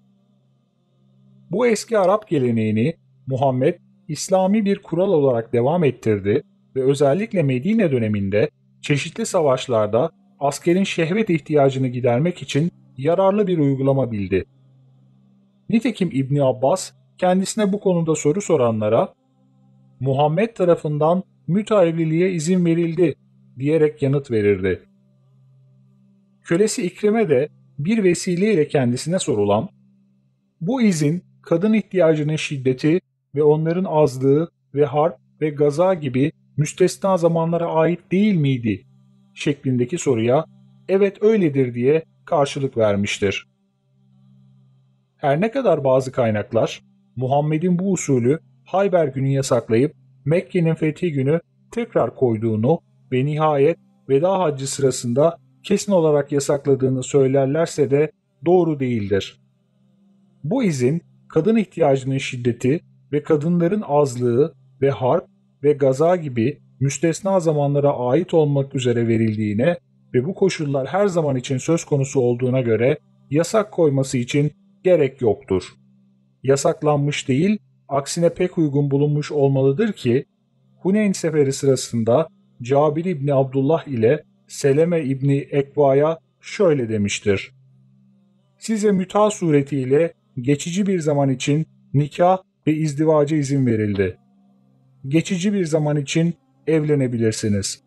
Speaker 1: Bu eski Arap geleneğini Muhammed İslami bir kural olarak devam ettirdi ve özellikle Medine döneminde çeşitli savaşlarda askerin şehvet ihtiyacını gidermek için yararlı bir uygulama bildi. Nitekim İbni Abbas kendisine bu konuda soru soranlara Muhammed tarafından müta evliliğe izin verildi diyerek yanıt verirdi. Kölesi İkrime de bir vesileyle kendisine sorulan, bu izin kadın ihtiyacının şiddeti ve onların azlığı ve harp ve gaza gibi müstesna zamanlara ait değil miydi şeklindeki soruya evet öyledir diye karşılık vermiştir. Her ne kadar bazı kaynaklar Muhammed'in bu usulü Hayber günü yasaklayıp Mekke'nin fethi günü tekrar koyduğunu ve nihayet veda haccı sırasında kesin olarak yasakladığını söylerlerse de doğru değildir. Bu izin kadın ihtiyacının şiddeti ve kadınların azlığı ve harp ve gaza gibi müstesna zamanlara ait olmak üzere verildiğine ve bu koşullar her zaman için söz konusu olduğuna göre yasak koyması için gerek yoktur. Yasaklanmış değil, aksine pek uygun bulunmuş olmalıdır ki, Huneyn seferi sırasında Cabir İbni Abdullah ile Seleme İbni Ekva'ya şöyle demiştir. Size müta suretiyle geçici bir zaman için nikah ve izdivaca izin verildi. Geçici bir zaman için evlenebilirsiniz.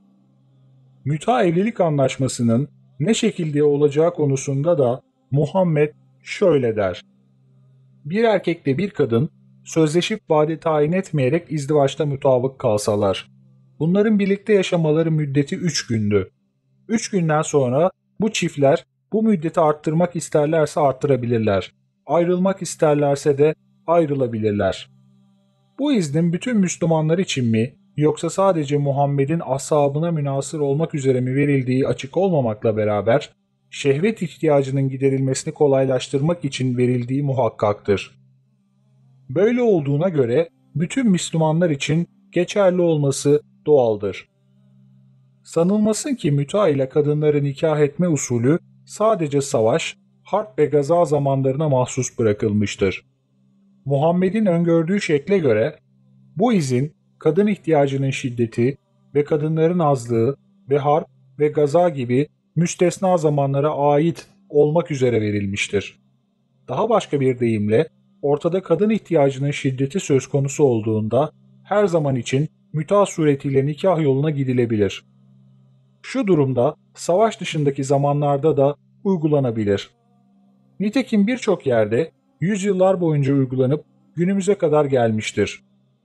Speaker 1: Müta evlilik anlaşmasının ne şekilde olacağı konusunda da Muhammed şöyle der. Bir erkekle bir kadın sözleşip vade tayin etmeyerek izdivaçta mutabık kalsalar, bunların birlikte yaşamaları müddeti 3 gündü. 3 günden sonra bu çiftler bu müddeti arttırmak isterlerse arttırabilirler. Ayrılmak isterlerse de ayrılabilirler. Bu iznin bütün Müslümanlar için mi yoksa sadece Muhammed'in ashabına münasır olmak üzere mi verildiği açık olmamakla beraber şehvet ihtiyacının giderilmesini kolaylaştırmak için verildiği muhakkaktır. Böyle olduğuna göre bütün Müslümanlar için geçerli olması doğaldır. Sanılmasın ki müta ile kadınları nikah etme usulü sadece savaş, harp ve gaza zamanlarına mahsus bırakılmıştır. Muhammed'in öngördüğü şekle göre bu izin kadın ihtiyacının şiddeti ve kadınların azlığı ve harp ve gaza gibi müstesna zamanlara ait olmak üzere verilmiştir. Daha başka bir deyimle ortada kadın ihtiyacının şiddeti söz konusu olduğunda her zaman için müta suretiyle nikah yoluna gidilebilir. Şu durumda savaş dışındaki zamanlarda da uygulanabilir. Nitekim birçok yerde yüzyıllar boyunca uygulanıp günümüze kadar gelmiştir.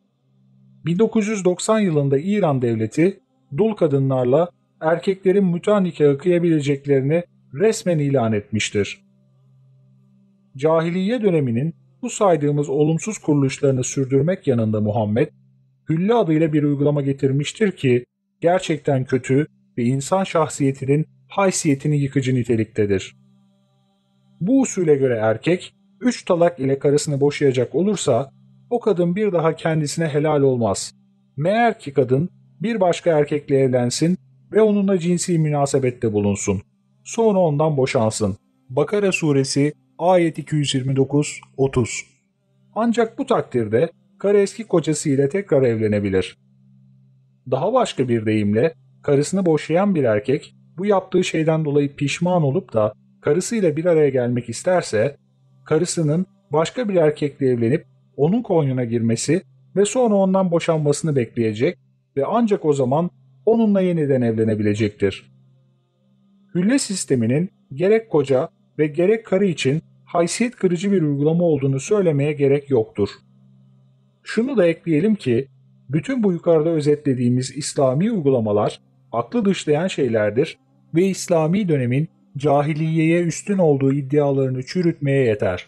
Speaker 1: 1990 yılında İran devleti dul kadınlarla erkeklerin müta nikahı kıyabileceklerini resmen ilan etmiştir. Cahiliye döneminin bu saydığımız olumsuz kuruluşlarını sürdürmek yanında Muhammed, Hülle adıyla bir uygulama getirmiştir ki gerçekten kötü ve insan şahsiyetinin haysiyetini yıkıcı niteliktedir. Bu usule göre erkek 3 talak ile karısını boşayacak olursa o kadın bir daha kendisine helal olmaz. Meğer ki kadın bir başka erkekle evlensin ve onunla cinsi münasebette bulunsun. Sonra ondan boşansın. Bakara suresi ayet 229-30. Ancak bu takdirde karı eski kocasıyla tekrar evlenebilir. Daha başka bir deyimle karısını boşayan bir erkek bu yaptığı şeyden dolayı pişman olup da karısıyla bir araya gelmek isterse karısının başka bir erkekle evlenip onun koynuna girmesi ve sonra ondan boşanmasını bekleyecek ve ancak o zaman onunla yeniden evlenebilecektir. Hülle sisteminin gerek koca ve gerek karı için haysiyet kırıcı bir uygulama olduğunu söylemeye gerek yoktur. Şunu da ekleyelim ki bütün bu yukarıda özetlediğimiz İslami uygulamalar aklı dışlayan şeylerdir ve İslami dönemin cahiliyeye üstün olduğu iddialarını çürütmeye yeter.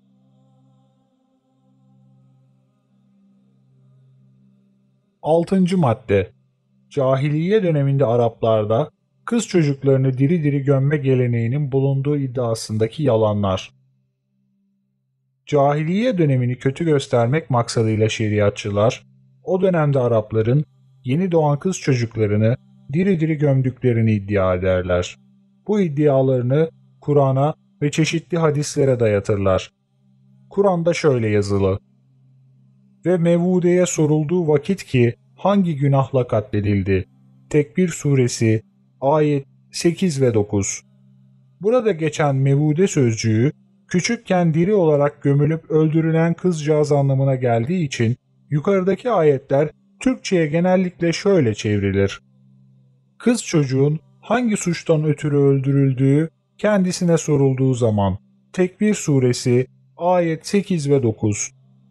Speaker 1: 6. madde. Cahiliye döneminde Araplarda kız çocuklarını diri diri gömme geleneğinin bulunduğu iddiasındaki yalanlar. Cahiliye dönemini kötü göstermek maksadıyla şeriatçılar, o dönemde Arapların yeni doğan kız çocuklarını diri diri gömdüklerini iddia ederler. Bu iddialarını Kur'an'a ve çeşitli hadislere dayatırlar. Kur'an'da şöyle yazılı: Ve Mev'udeye sorulduğu vakit ki hangi günahla katledildi? Tekbir suresi ayet 8 ve 9. Burada geçen mevude sözcüğü küçükken diri olarak gömülüp öldürülen kızcağız anlamına geldiği için yukarıdaki ayetler Türkçe'ye genellikle şöyle çevrilir: Kız çocuğun hangi suçtan ötürü öldürüldüğü kendisine sorulduğu zaman. Tekbir suresi ayet 8 ve 9.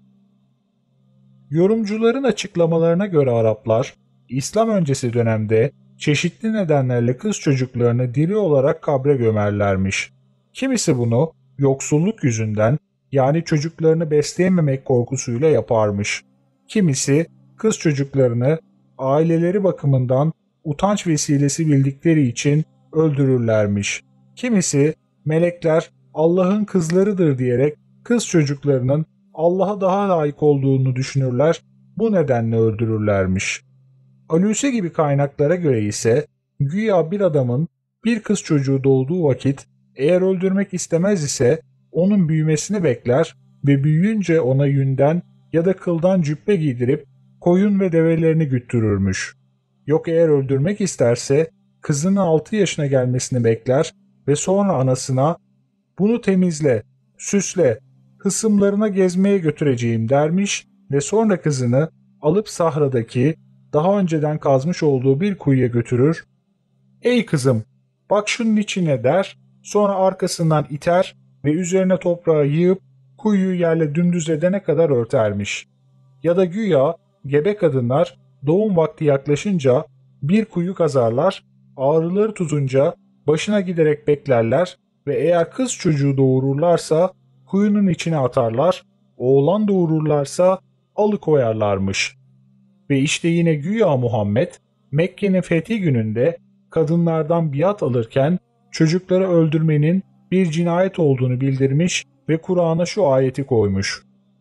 Speaker 1: Yorumcuların açıklamalarına göre Araplar, İslam öncesi dönemde çeşitli nedenlerle kız çocuklarını diri olarak kabre gömerlermiş. Kimisi bunu yoksulluk yüzünden, yani çocuklarını besleyememek korkusuyla yaparmış. Kimisi kız çocuklarını aileleri bakımından utanç vesilesi bildikleri için öldürürlermiş. Kimisi melekler Allah'ın kızlarıdır diyerek kız çocuklarının Allah'a daha layık olduğunu düşünürler, bu nedenle öldürürlermiş. Alusi gibi kaynaklara göre ise güya bir adamın bir kız çocuğu doğduğu vakit eğer öldürmek istemez ise onun büyümesini bekler ve büyüyünce ona yünden ya da kıldan cübbe giydirip koyun ve develerini güttürürmüş. Yok eğer öldürmek isterse kızının 6 yaşına gelmesini bekler ve sonra anasına "Bunu temizle, süsle, hısımlarına gezmeye götüreceğim" dermiş ve sonra kızını alıp sahradaki daha önceden kazmış olduğu bir kuyuya götürür. "Ey kızım, bak şunun içine" der, sonra arkasından iter ve üzerine toprağı yığıp kuyuyu yerle dümdüz edene kadar örtermiş. Ya da güya gebe kadınlar doğum vakti yaklaşınca bir kuyu kazarlar, ağrıları tutunca başına giderek beklerler ve eğer kız çocuğu doğururlarsa kuyunun içine atarlar, oğlan doğururlarsa alıkoyarlarmış. Ve işte yine güya Muhammed Mekke'nin fethi gününde kadınlardan biat alırken çocukları öldürmenin bir cinayet olduğunu bildirmiş ve Kur'an'a şu ayeti koymuş: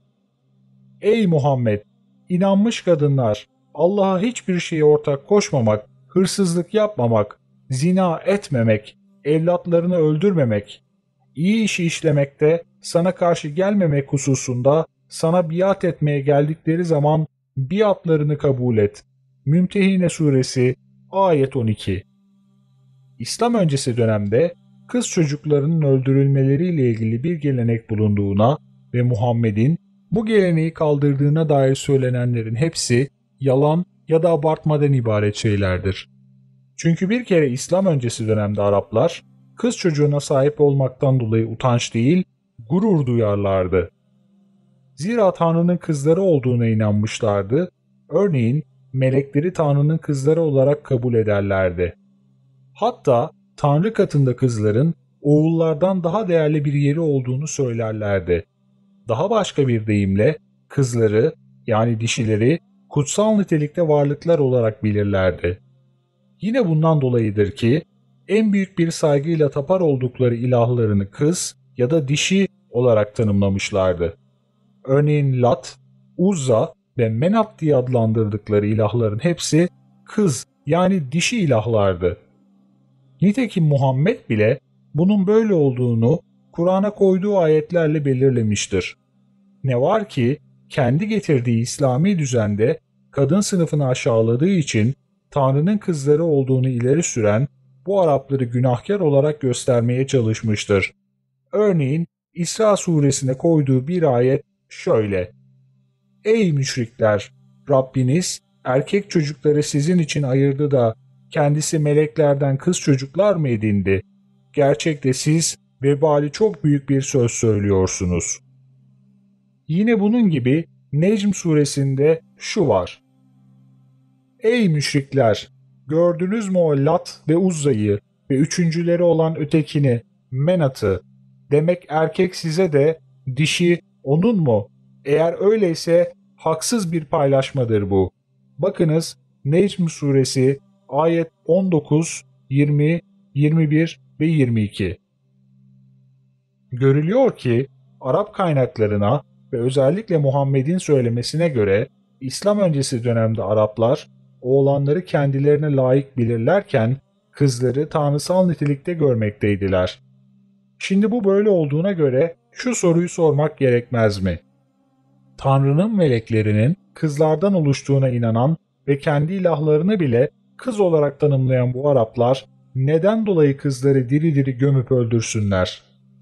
Speaker 1: "Ey Muhammed! İnanmış kadınlar, Allah'a hiçbir şeye ortak koşmamak, hırsızlık yapmamak, zina etmemek, evlatlarını öldürmemek, iyi işi işlemekte sana karşı gelmemek hususunda sana biat etmeye geldikleri zaman biatlarını kabul et." Mümtehine suresi ayet 12. İslam öncesi dönemde kız çocuklarının öldürülmeleriyle ilgili bir gelenek bulunduğuna ve Muhammed'in bu geleneği kaldırdığına dair söylenenlerin hepsi yalan ya da abartmadan ibaret şeylerdir. Çünkü bir kere İslam öncesi dönemde Araplar kız çocuğuna sahip olmaktan dolayı utanç değil, gurur duyarlardı. Zira Tanrı'nın kızları olduğuna inanmışlardı. Örneğin melekleri Tanrı'nın kızları olarak kabul ederlerdi. Hatta Tanrı katında kızların oğullardan daha değerli bir yeri olduğunu söylerlerdi. Daha başka bir deyimle kızları, yani dişileri, kutsal nitelikte varlıklar olarak bilirlerdi. Yine bundan dolayıdır ki en büyük bir saygıyla tapar oldukları ilahlarını kız ya da dişi olarak tanımlamışlardı. Örneğin Lat, Uzza ve Menat diye adlandırdıkları ilahların hepsi kız, yani dişi ilahlardı. Nitekim Muhammed bile bunun böyle olduğunu Kur'an'a koyduğu ayetlerle belirlemiştir. Ne var ki kendi getirdiği İslami düzende kadın sınıfını aşağıladığı için Tanrı'nın kızları olduğunu ileri süren bu Arapları günahkar olarak göstermeye çalışmıştır. Örneğin İsra suresine koyduğu bir ayet şöyle: "Ey müşrikler! Rabbiniz erkek çocukları sizin için ayırdı da kendisi meleklerden kız çocuklar mı edindi? Gerçekte siz vebali çok büyük bir söz söylüyorsunuz." Yine bunun gibi Necm suresinde şu var: "Ey müşrikler! Gördünüz mü o Lat ve Uzza'yı ve üçüncüleri olan ötekini, Menat'ı? Demek erkek size de, dişi onun mu? Eğer öyleyse haksız bir paylaşmadır bu." Bakınız Necm suresi ayet 19, 20, 21 ve 22. Görülüyor ki Arap kaynaklarına ve özellikle Muhammed'in söylemesine göre İslam öncesi dönemde Araplar oğlanları kendilerine layık bilirlerken kızları tanrısal nitelikte görmekteydiler. Şimdi bu böyle olduğuna göre şu soruyu sormak gerekmez mi? Tanrı'nın meleklerinin kızlardan oluştuğuna inanan ve kendi ilahlarını bile kız olarak tanımlayan bu Araplar neden dolayı kızları diri diri gömüp öldürsünler?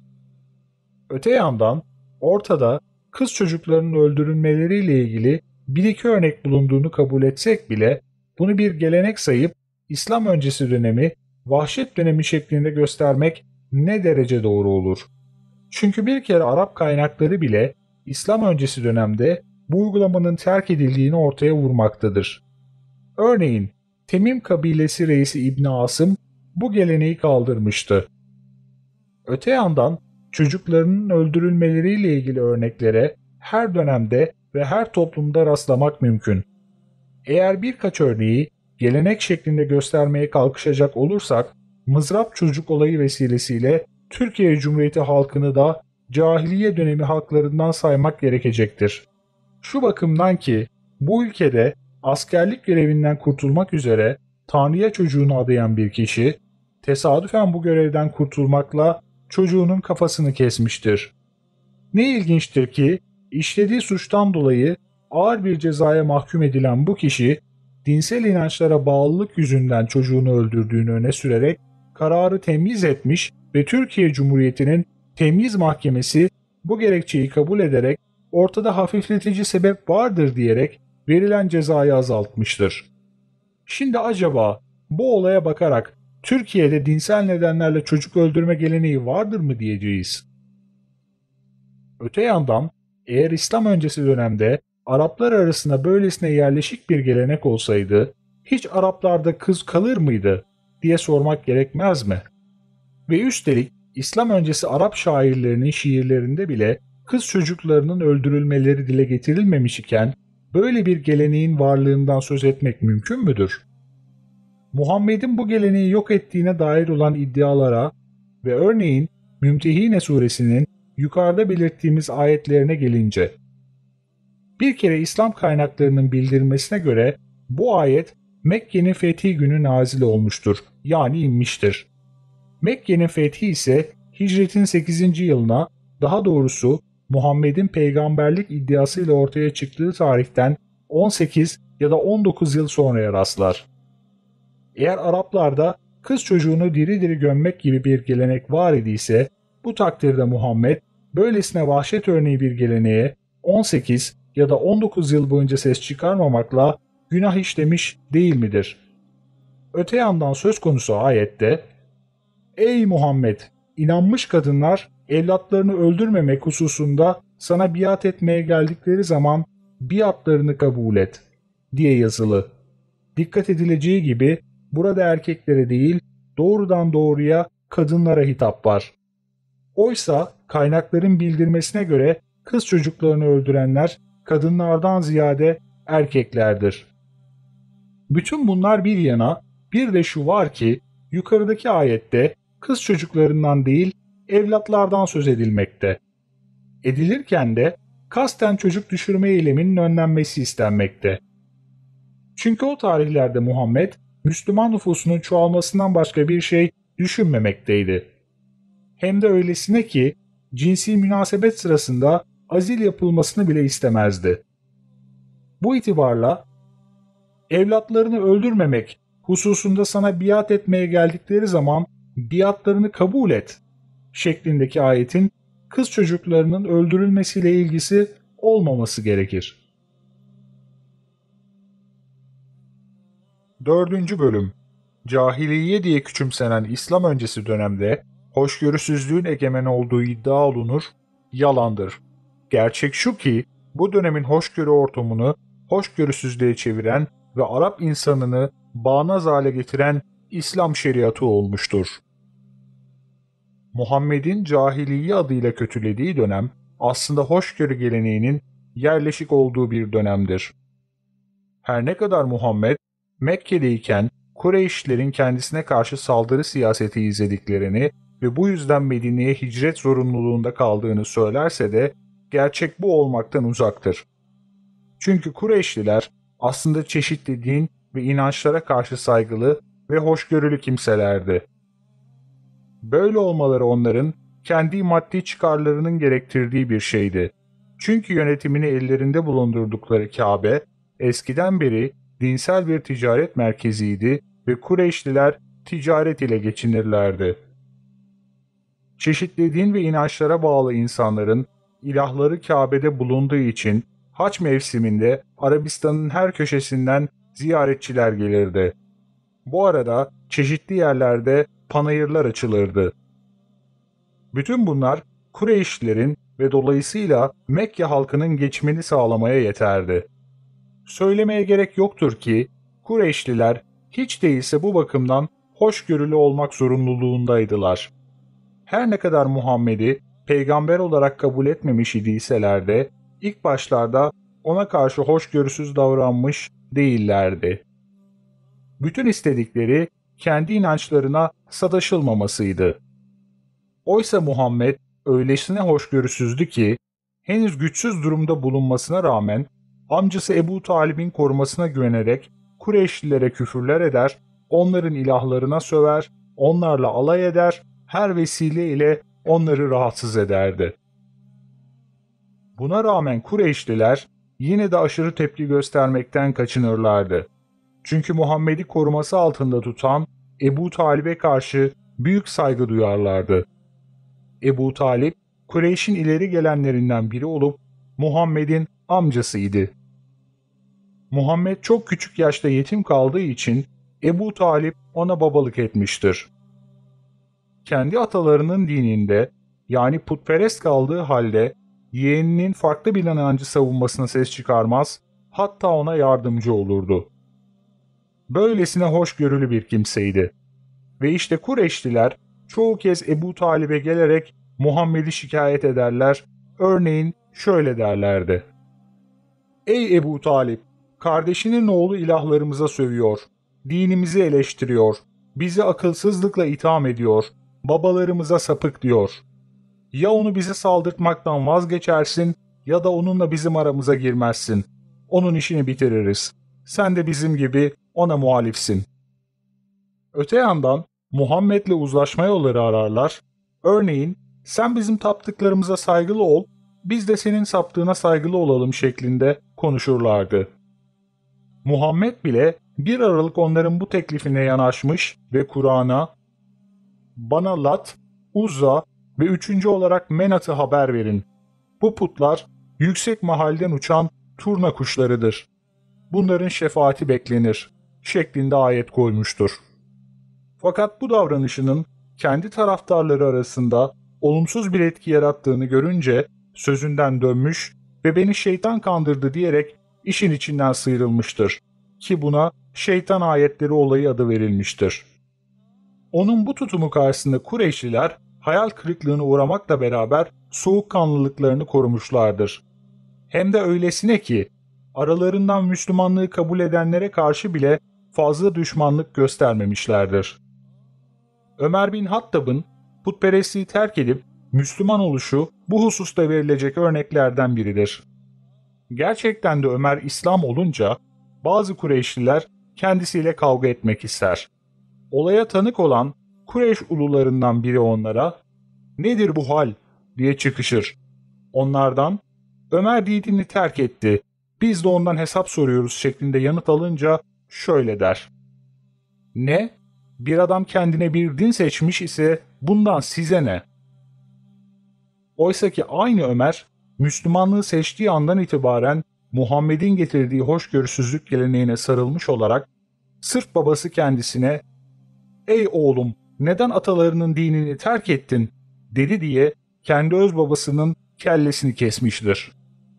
Speaker 1: Öte yandan ortada kız çocuklarının öldürülmeleriyle ilgili bir iki örnek bulunduğunu kabul etsek bile bunu bir gelenek sayıp İslam öncesi dönemi vahşet dönemi şeklinde göstermek ne derece doğru olur? Çünkü bir kere Arap kaynakları bile İslam öncesi dönemde bu uygulamanın terk edildiğini ortaya vurmaktadır. Örneğin Temim kabilesi reisi İbn Asım bu geleneği kaldırmıştı. Öte yandan çocuklarının öldürülmeleriyle ilgili örneklere her dönemde ve her toplumda rastlamak mümkün. Eğer birkaç örneği gelenek şeklinde göstermeye kalkışacak olursak, mızrap çocuk olayı vesilesiyle Türkiye Cumhuriyeti halkını da cahiliye dönemi halklarından saymak gerekecektir. Şu bakımdan ki bu ülkede askerlik görevinden kurtulmak üzere Tanrı'ya çocuğunu adayan bir kişi, tesadüfen bu görevden kurtulmakla çocuğunun kafasını kesmiştir. Ne ilginçtir ki işlediği suçtan dolayı ağır bir cezaya mahkum edilen bu kişi, dinsel inançlara bağlılık yüzünden çocuğunu öldürdüğünü öne sürerek kararı temyiz etmiş ve Türkiye Cumhuriyeti'nin Temyiz Mahkemesi bu gerekçeyi kabul ederek ortada hafifletici sebep vardır diyerek verilen cezayı azaltmıştır. Şimdi acaba bu olaya bakarak Türkiye'de dinsel nedenlerle çocuk öldürme geleneği vardır mı diyeceğiz? Öte yandan eğer İslam öncesi dönemde Araplar arasında böylesine yerleşik bir gelenek olsaydı hiç Araplarda kız kalır mıydı diye sormak gerekmez mi? Ve üstelik İslam öncesi Arap şairlerinin şiirlerinde bile kız çocuklarının öldürülmeleri dile getirilmemiş iken böyle bir geleneğin varlığından söz etmek mümkün müdür? Muhammed'in bu geleneği yok ettiğine dair olan iddialara ve örneğin Mümtehine suresinin yukarıda belirttiğimiz ayetlerine gelince, bir kere İslam kaynaklarının bildirmesine göre bu ayet Mekke'nin fethi günü nazil olmuştur, yani inmiştir. Mekke'nin fethi ise hicretin 8. yılına, daha doğrusu Muhammed'in peygamberlik iddiasıyla ortaya çıktığı tarihten 18 ya da 19 yıl sonraya rastlar. Eğer Araplarda kız çocuğunu diri diri gömmek gibi bir gelenek var idiyse, bu takdirde Muhammed böylesine vahşet örneği bir geleneğe 18 ya da 19 yıl boyunca ses çıkarmamakla günah işlemiş değil midir? Öte yandan söz konusu ayette, "Ey Muhammed! İnanmış kadınlar evlatlarını öldürmemek hususunda sana biat etmeye geldikleri zaman biatlarını kabul et" diye yazılı. Dikkat edileceği gibi burada erkeklere değil doğrudan doğruya kadınlara hitap var. Oysa kaynakların bildirmesine göre kız çocuklarını öldürenler kadınlardan ziyade erkeklerdir. Bütün bunlar bir yana, bir de şu var ki yukarıdaki ayette kız çocuklarından değil evlatlardan söz edilmekte. Edilirken de kasten çocuk düşürme eyleminin önlenmesi istenmekte. Çünkü o tarihlerde Muhammed Müslüman nüfusunun çoğalmasından başka bir şey düşünmemekteydi. Hem de öylesine ki cinsi münasebet sırasında azil yapılmasını bile istemezdi. Bu itibarla evlatlarını öldürmemek hususunda sana biat etmeye geldikleri zaman biatlarını kabul et şeklindeki ayetin kız çocuklarının öldürülmesiyle ilgisi olmaması gerekir. 4. Bölüm Cahiliye diye küçümsenen İslam öncesi dönemde hoşgörüsüzlüğün egemen olduğu iddia olunur, yalandır. Gerçek şu ki bu dönemin hoşgörü ortamını hoşgörüsüzlüğe çeviren ve Arap insanını bağnaz hale getiren İslam şeriatı olmuştur. Muhammed'in cahiliye adıyla kötülediği dönem aslında hoşgörü geleneğinin yerleşik olduğu bir dönemdir. Her ne kadar Muhammed Mekke'deyken Kureyşlilerin kendisine karşı saldırı siyaseti izlediklerini ve bu yüzden Medine'ye hicret zorunluluğunda kaldığını söylerse de gerçek bu olmaktan uzaktır. Çünkü Kureyşliler aslında çeşitli din ve inançlara karşı saygılı ve hoşgörülü kimselerdi. Böyle olmaları onların kendi maddi çıkarlarının gerektirdiği bir şeydi. Çünkü yönetimini ellerinde bulundurdukları Kabe, eskiden beri dinsel bir ticaret merkeziydi ve Kureyşliler ticaret ile geçinirlerdi. Çeşitli din ve inançlara bağlı insanların ilahları Kabe'de bulunduğu için haç mevsiminde Arabistan'ın her köşesinden ziyaretçiler gelirdi. Bu arada çeşitli yerlerde panayırlar açılırdı. Bütün bunlar Kureyşlilerin ve dolayısıyla Mekke halkının geçimini sağlamaya yeterdi. Söylemeye gerek yoktur ki Kureyşliler hiç değilse bu bakımdan hoşgörülü olmak zorunluluğundaydılar. Her ne kadar Muhammed'i peygamber olarak kabul etmemiş idiyseler de ilk başlarda ona karşı hoşgörüsüz davranmış değillerdi. Bütün istedikleri kendi inançlarına sataşılmamasıydı. Oysa Muhammed öylesine hoşgörüsüzdü ki henüz güçsüz durumda bulunmasına rağmen amcası Ebu Talib'in korumasına güvenerek Kureyşlilere küfürler eder, onların ilahlarına söver, onlarla alay eder, her vesile ile onları rahatsız ederdi. Buna rağmen Kureyşliler yine de aşırı tepki göstermekten kaçınırlardı. Çünkü Muhammed'i koruması altında tutan Ebu Talib'e karşı büyük saygı duyarlardı. Ebu Talib, Kureyş'in ileri gelenlerinden biri olup Muhammed'in amcasıydı. Muhammed çok küçük yaşta yetim kaldığı için Ebu Talib ona babalık etmiştir. Kendi atalarının dininde, yani putperest kaldığı halde yeğeninin farklı bir inancı savunmasına ses çıkarmaz, hatta ona yardımcı olurdu. Böylesine hoşgörülü bir kimseydi. Ve işte Kureyşliler çoğu kez Ebu Talib'e gelerek Muhammed'i şikayet ederler, örneğin şöyle derlerdi: "Ey Ebu Talib, kardeşinin oğlu ilahlarımıza sövüyor, dinimizi eleştiriyor, bizi akılsızlıkla itham ediyor, babalarımıza sapık diyor. Ya onu bize saldırtmaktan vazgeçersin ya da onunla bizim aramıza girmezsin. Onun işini bitiririz. Sen de bizim gibi ona muhalifsin." Öte yandan Muhammed'le uzlaşma yolları ararlar. Örneğin sen bizim taptıklarımıza saygılı ol, biz de senin saptığına saygılı olalım şeklinde konuşurlardı. Muhammed bile bir aralık onların bu teklifine yanaşmış ve Kur'an'a "Bana Lat, Uzza ve üçüncü olarak Menat'ı haber verin. Bu putlar yüksek mahalden uçan turna kuşlarıdır. Bunların şefaati beklenir" şeklinde ayet koymuştur. Fakat bu davranışının kendi taraftarları arasında olumsuz bir etki yarattığını görünce sözünden dönmüş ve "beni şeytan kandırdı" diyerek işin içinden sıyrılmıştır ki buna şeytan ayetleri olayı adı verilmiştir. Onun bu tutumu karşısında Kureyşliler hayal kırıklığına uğramakla beraber soğukkanlılıklarını korumuşlardır. Hem de öylesine ki aralarından Müslümanlığı kabul edenlere karşı bile fazla düşmanlık göstermemişlerdir. Ömer bin Hattab'ın putperestliği terk edip Müslüman oluşu bu hususta verilecek örneklerden biridir. Gerçekten de Ömer İslam olunca bazı Kureyşliler kendisiyle kavga etmek ister. Olaya tanık olan Kureyş ulularından biri onlara "Nedir bu hal?" diye çıkışır. Onlardan "Ömer dinini terk etti, biz de ondan hesap soruyoruz" şeklinde yanıt alınca şöyle der: "Ne? Bir adam kendine bir din seçmiş ise bundan size ne?" Oysa ki aynı Ömer, Müslümanlığı seçtiği andan itibaren Muhammed'in getirdiği hoşgörüsüzlük geleneğine sarılmış olarak sırf babası kendisine "Ey oğlum, neden atalarının dinini terk ettin?" dedi diye kendi öz babasının kellesini kesmiştir.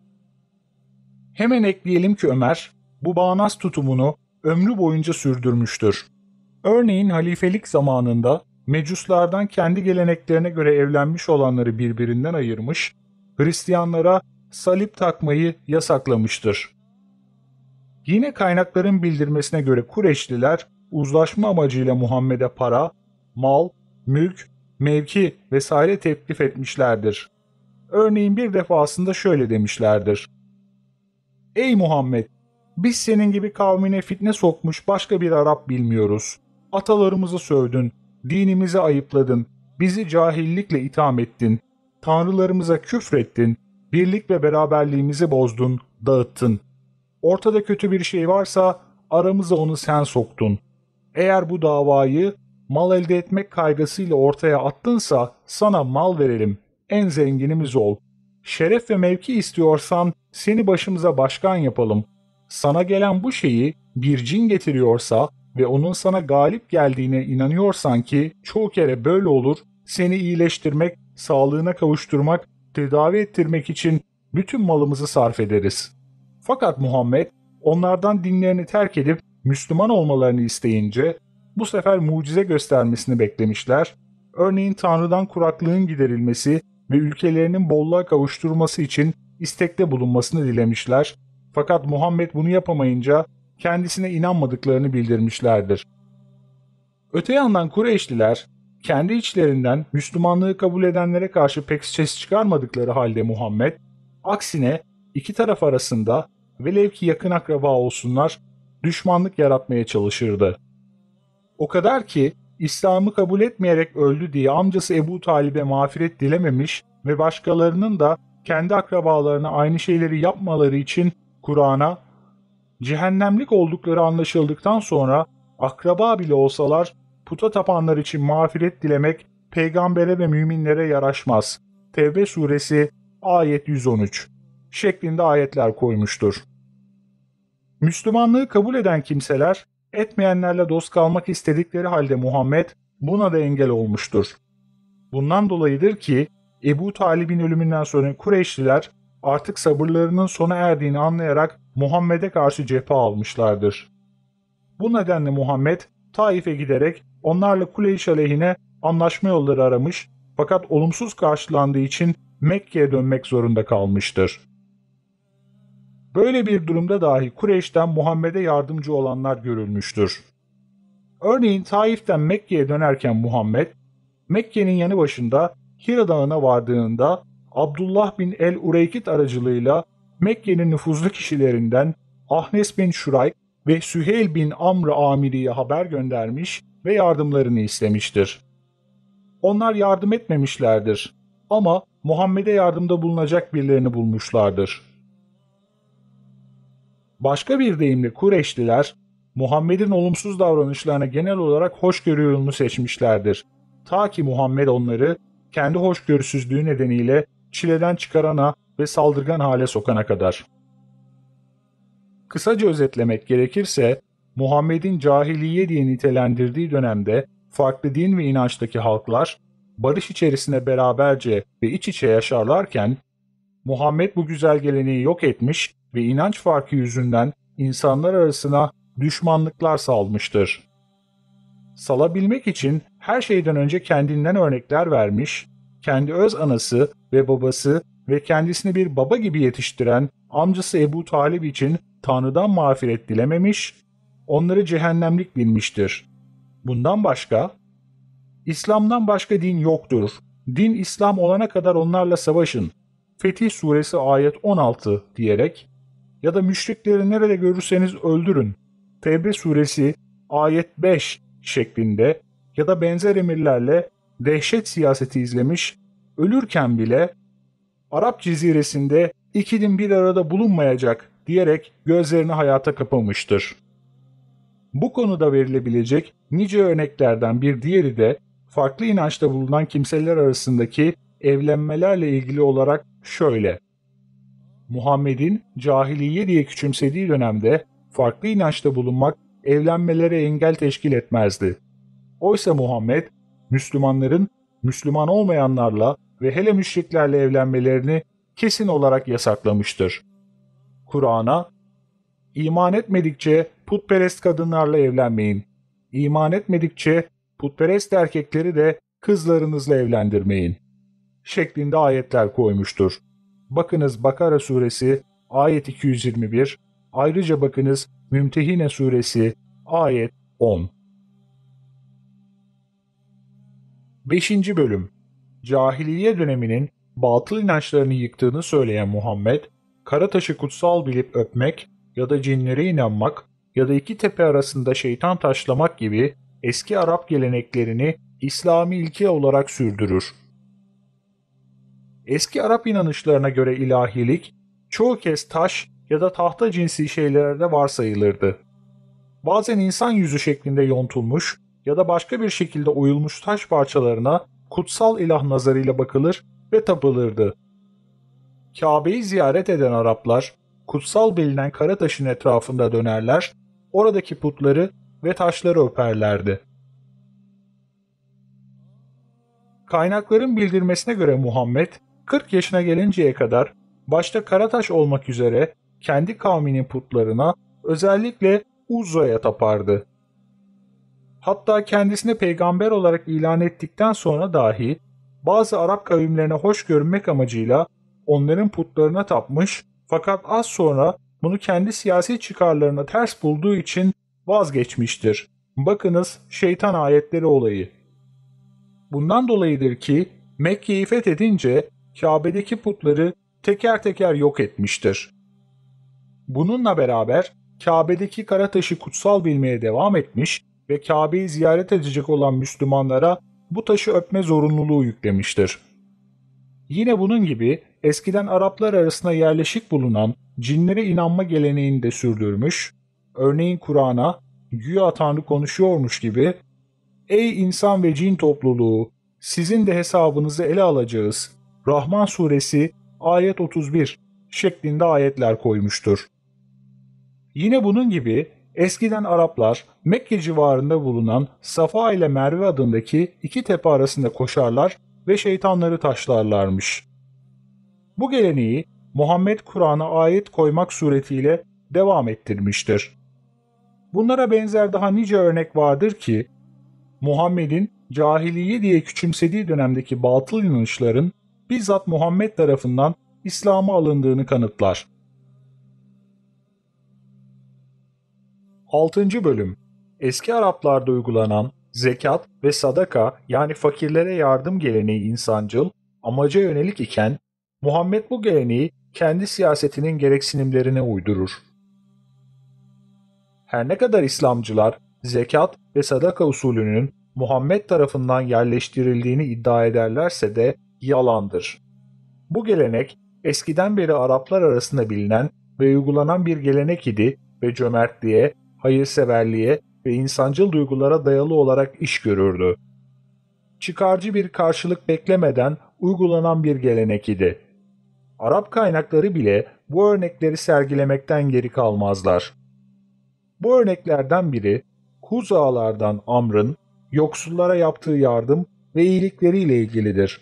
Speaker 1: Hemen ekleyelim ki Ömer bu bağnaz tutumunu ömrü boyunca sürdürmüştür. Örneğin halifelik zamanında Mecuslardan kendi geleneklerine göre evlenmiş olanları birbirinden ayırmış, Hristiyanlara salip takmayı yasaklamıştır. Yine kaynakların bildirmesine göre Kureyşliler uzlaşma amacıyla Muhammed'e para, mal, mülk, mevki vesaire teklif etmişlerdir. Örneğin bir defasında şöyle demişlerdir: "Ey Muhammed! Biz senin gibi kavmine fitne sokmuş başka bir Arap bilmiyoruz. Atalarımızı sövdün, dinimizi ayıpladın, bizi cahillikle itham ettin, tanrılarımıza küfrettin, birlik ve beraberliğimizi bozdun, dağıttın. Ortada kötü bir şey varsa aramıza onu sen soktun. Eğer bu davayı mal elde etmek kaygısıyla ortaya attınsa sana mal verelim, en zenginimiz ol. Şeref ve mevki istiyorsan seni başımıza başkan yapalım. Sana gelen bu şeyi bir cin getiriyorsa ve onun sana galip geldiğine inanıyorsan ki çoğu kere böyle olur, seni iyileştirmek, sağlığına kavuşturmak, tedavi ettirmek için bütün malımızı sarf ederiz. Fakat Muhammed onlardan dinlerini terk edip Müslüman olmalarını isteyince bu sefer mucize göstermesini beklemişler. Örneğin Tanrı'dan kuraklığın giderilmesi ve ülkelerinin bolluğa kavuşturması için istekte bulunmasını dilemişler. Fakat Muhammed bunu yapamayınca kendisine inanmadıklarını bildirmişlerdir. Öte yandan Kureyşliler kendi içlerinden Müslümanlığı kabul edenlere karşı pek ses çıkarmadıkları halde Muhammed, aksine iki taraf arasında velev ki yakın akraba olsunlar, düşmanlık yaratmaya çalışırdı. O kadar ki İslam'ı kabul etmeyerek öldü diye amcası Ebu Talib'e mağfiret dilememiş ve başkalarının da kendi akrabalarına aynı şeyleri yapmaları için Kur'an'a cehennemlik oldukları anlaşıldıktan sonra akraba bile olsalar puta tapanlar için mağfiret dilemek peygambere ve müminlere yaraşmaz. Tevbe suresi ayet 113 şeklinde ayetler koymuştur. Müslümanlığı kabul eden kimseler etmeyenlerle dost kalmak istedikleri halde Muhammed buna da engel olmuştur. Bundan dolayıdır ki Ebu Talib'in ölümünden sonra Kureyşliler artık sabırlarının sona erdiğini anlayarak Muhammed'e karşı cephe almışlardır. Bu nedenle Muhammed Taif'e giderek onlarla Kureyş aleyhine anlaşma yolları aramış fakat olumsuz karşılandığı için Mekke'ye dönmek zorunda kalmıştır. Böyle bir durumda dahi Kureyş'ten Muhammed'e yardımcı olanlar görülmüştür. Örneğin Taif'ten Mekke'ye dönerken Muhammed, Mekke'nin yanı başında Hira Dağı'na vardığında Abdullah bin el-Ureykit aracılığıyla Mekke'nin nüfuzlu kişilerinden Ahnes bin Şurayk ve Süheyl bin Amr Amiri'ye haber göndermiş ve yardımlarını istemiştir. Onlar yardım etmemişlerdir ama Muhammed'e yardımda bulunacak birilerini bulmuşlardır. Başka bir deyimle Kureyşliler, Muhammed'in olumsuz davranışlarına genel olarak hoşgörü yolunu seçmişlerdir. Ta ki Muhammed onları kendi hoşgörüsüzlüğü nedeniyle çileden çıkarana ve saldırgan hale sokana kadar. Kısaca özetlemek gerekirse, Muhammed'in cahiliye diye nitelendirdiği dönemde farklı din ve inançtaki halklar, barış içerisinde beraberce ve iç içe yaşarlarken, Muhammed bu güzel geleneği yok etmiş ve inanç farkı yüzünden insanlar arasına düşmanlıklar salmıştır. Salabilmek için her şeyden önce kendinden örnekler vermiş, kendi öz anası ve babası ve kendisini bir baba gibi yetiştiren amcası Ebu Talib için Tanrı'dan mağfiret dilememiş, onları cehennemlik bilmiştir. Bundan başka, İslam'dan başka din yoktur. Din İslam olana kadar onlarla savaşın. Fetih suresi ayet 16 diyerek ya da müşrikleri nerede görürseniz öldürün. Tevbe suresi ayet 5 şeklinde ya da benzer emirlerle dehşet siyaseti izlemiş, ölürken bile Arap ceziresinde iki din bir arada bulunmayacak diyerek gözlerini hayata kapamıştır. Bu konuda verilebilecek nice örneklerden bir diğeri de farklı inançta bulunan kimseler arasındaki evlenmelerle ilgili olarak şöyle. Muhammed'in cahiliye diye küçümsediği dönemde farklı inançta bulunmak evlenmelere engel teşkil etmezdi. Oysa Muhammed, Müslümanların Müslüman olmayanlarla ve hele müşriklerle evlenmelerini kesin olarak yasaklamıştır. Kur'an'a, "İman etmedikçe putperest kadınlarla evlenmeyin. İman etmedikçe putperest erkekleri de kızlarınızla evlendirmeyin" şeklinde ayetler koymuştur. Bakınız Bakara suresi ayet 221, ayrıca bakınız Mümtehine suresi ayet 10. 5. Bölüm Cahiliye döneminin batıl inançlarını yıktığını söyleyen Muhammed, kara taşı kutsal bilip öpmek ya da cinlere inanmak ya da iki tepe arasında şeytan taşlamak gibi eski Arap geleneklerini İslami ilke olarak sürdürür. Eski Arap inanışlarına göre ilahilik, çoğu kez taş ya da tahta cinsi şeylerde varsayılırdı. bazen insan yüzü şeklinde yontulmuş ya da başka bir şekilde oyulmuş taş parçalarına kutsal ilah nazarıyla bakılır ve tapılırdı. Kabe'yi ziyaret eden Araplar, kutsal bilinen kara taşın etrafında dönerler, oradaki putları ve taşları öperlerdi. Kaynakların bildirmesine göre Muhammed, 40 yaşına gelinceye kadar başta Karataş olmak üzere kendi kavminin putlarına, özellikle Uzza'ya tapardı. Hatta kendisini peygamber olarak ilan ettikten sonra dahi bazı Arap kavimlerine hoş görünmek amacıyla onların putlarına tapmış, fakat az sonra bunu kendi siyasi çıkarlarına ters bulduğu için vazgeçmiştir. Bakınız şeytan ayetleri olayı. Bundan dolayıdır ki Mekke'yi fethedince Kabe'deki putları teker teker yok etmiştir. Bununla beraber Kabe'deki kara taşı kutsal bilmeye devam etmiş ve Kabe'yi ziyaret edecek olan Müslümanlara bu taşı öpme zorunluluğu yüklemiştir. Yine bunun gibi eskiden Araplar arasında yerleşik bulunan cinlere inanma geleneğini de sürdürmüş, örneğin Kur'an'a güya Tanrı konuşuyormuş gibi "Ey insan ve cin topluluğu, sizin de hesabınızı ele alacağız." Rahman suresi ayet 31 şeklinde ayetler koymuştur. Yine bunun gibi eskiden Araplar Mekke civarında bulunan Safa ile Merve adındaki iki tepe arasında koşarlar ve şeytanları taşlarlarmış. Bu geleneği Muhammed Kur'an'a ayet koymak suretiyle devam ettirmiştir. Bunlara benzer daha nice örnek vardır ki, Muhammed'in cahiliye diye küçümsediği dönemdeki batıl inanışların bizzat Muhammed tarafından İslam'a alındığını kanıtlar. 6. Bölüm. Eski Araplarda uygulanan zekat ve sadaka, yani fakirlere yardım geleneği insancıl, amaca yönelik iken Muhammed bu geleneği kendi siyasetinin gereksinimlerine uydurur. Her ne kadar İslamcılar zekat ve sadaka usulünün Muhammed tarafından yerleştirildiğini iddia ederlerse de yalandır. Bu gelenek eskiden beri Araplar arasında bilinen ve uygulanan bir gelenek idi ve cömertliğe, hayırseverliğe ve insancıl duygulara dayalı olarak iş görürdü. Çıkarcı bir karşılık beklemeden uygulanan bir gelenek idi. Arap kaynakları bile bu örnekleri sergilemekten geri kalmazlar. Bu örneklerden biri Huza'lardan Amr'ın yoksullara yaptığı yardım ve iyilikleriyle ilgilidir.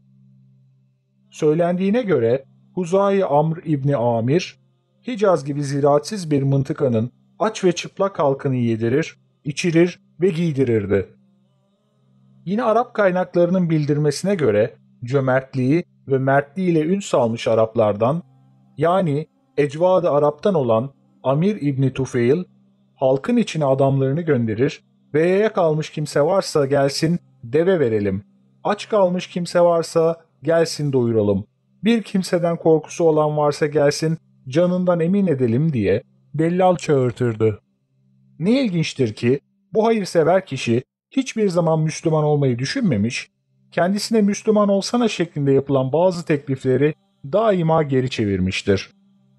Speaker 1: Söylendiğine göre Huza-i Amr İbni Amir, Hicaz gibi ziraatsiz bir mıntıkanın aç ve çıplak halkını yedirir, içirir ve giydirirdi. Yine Arap kaynaklarının bildirmesine göre cömertliği ve mertliğiyle ün salmış Araplardan, yani Ecvad-ı Arap'tan olan Amir İbni Tufeil, halkın içine adamlarını gönderir ve yaya kalmış kimse varsa gelsin deve verelim, aç kalmış kimse varsa gelsin doyuralım, bir kimseden korkusu olan varsa gelsin canından emin edelim diye dellal çağırtırdı. Ne ilginçtir ki bu hayırsever kişi hiçbir zaman Müslüman olmayı düşünmemiş, kendisine Müslüman olsana şeklinde yapılan bazı teklifleri daima geri çevirmiştir.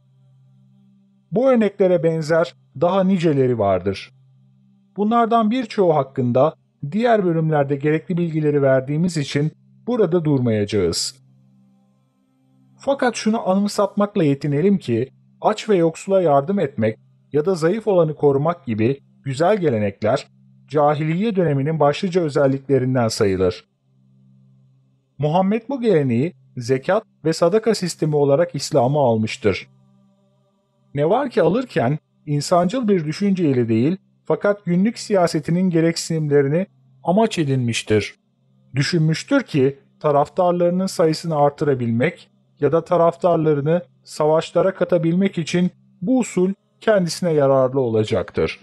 Speaker 1: Bu örneklere benzer daha niceleri vardır. Bunlardan birçoğu hakkında diğer bölümlerde gerekli bilgileri verdiğimiz için burada durmayacağız. Fakat şunu anımsatmakla yetinelim ki aç ve yoksula yardım etmek ya da zayıf olanı korumak gibi güzel gelenekler cahiliye döneminin başlıca özelliklerinden sayılır. Muhammed bu geleneği zekat ve sadaka sistemi olarak İslam'a almıştır. Ne var ki alırken insancıl bir düşünceyle değil, fakat günlük siyasetinin gereksinimlerini amaç edinmiştir. Düşünmüştür ki taraftarlarının sayısını artırabilmek ya da taraftarlarını savaşlara katabilmek için bu usul kendisine yararlı olacaktır.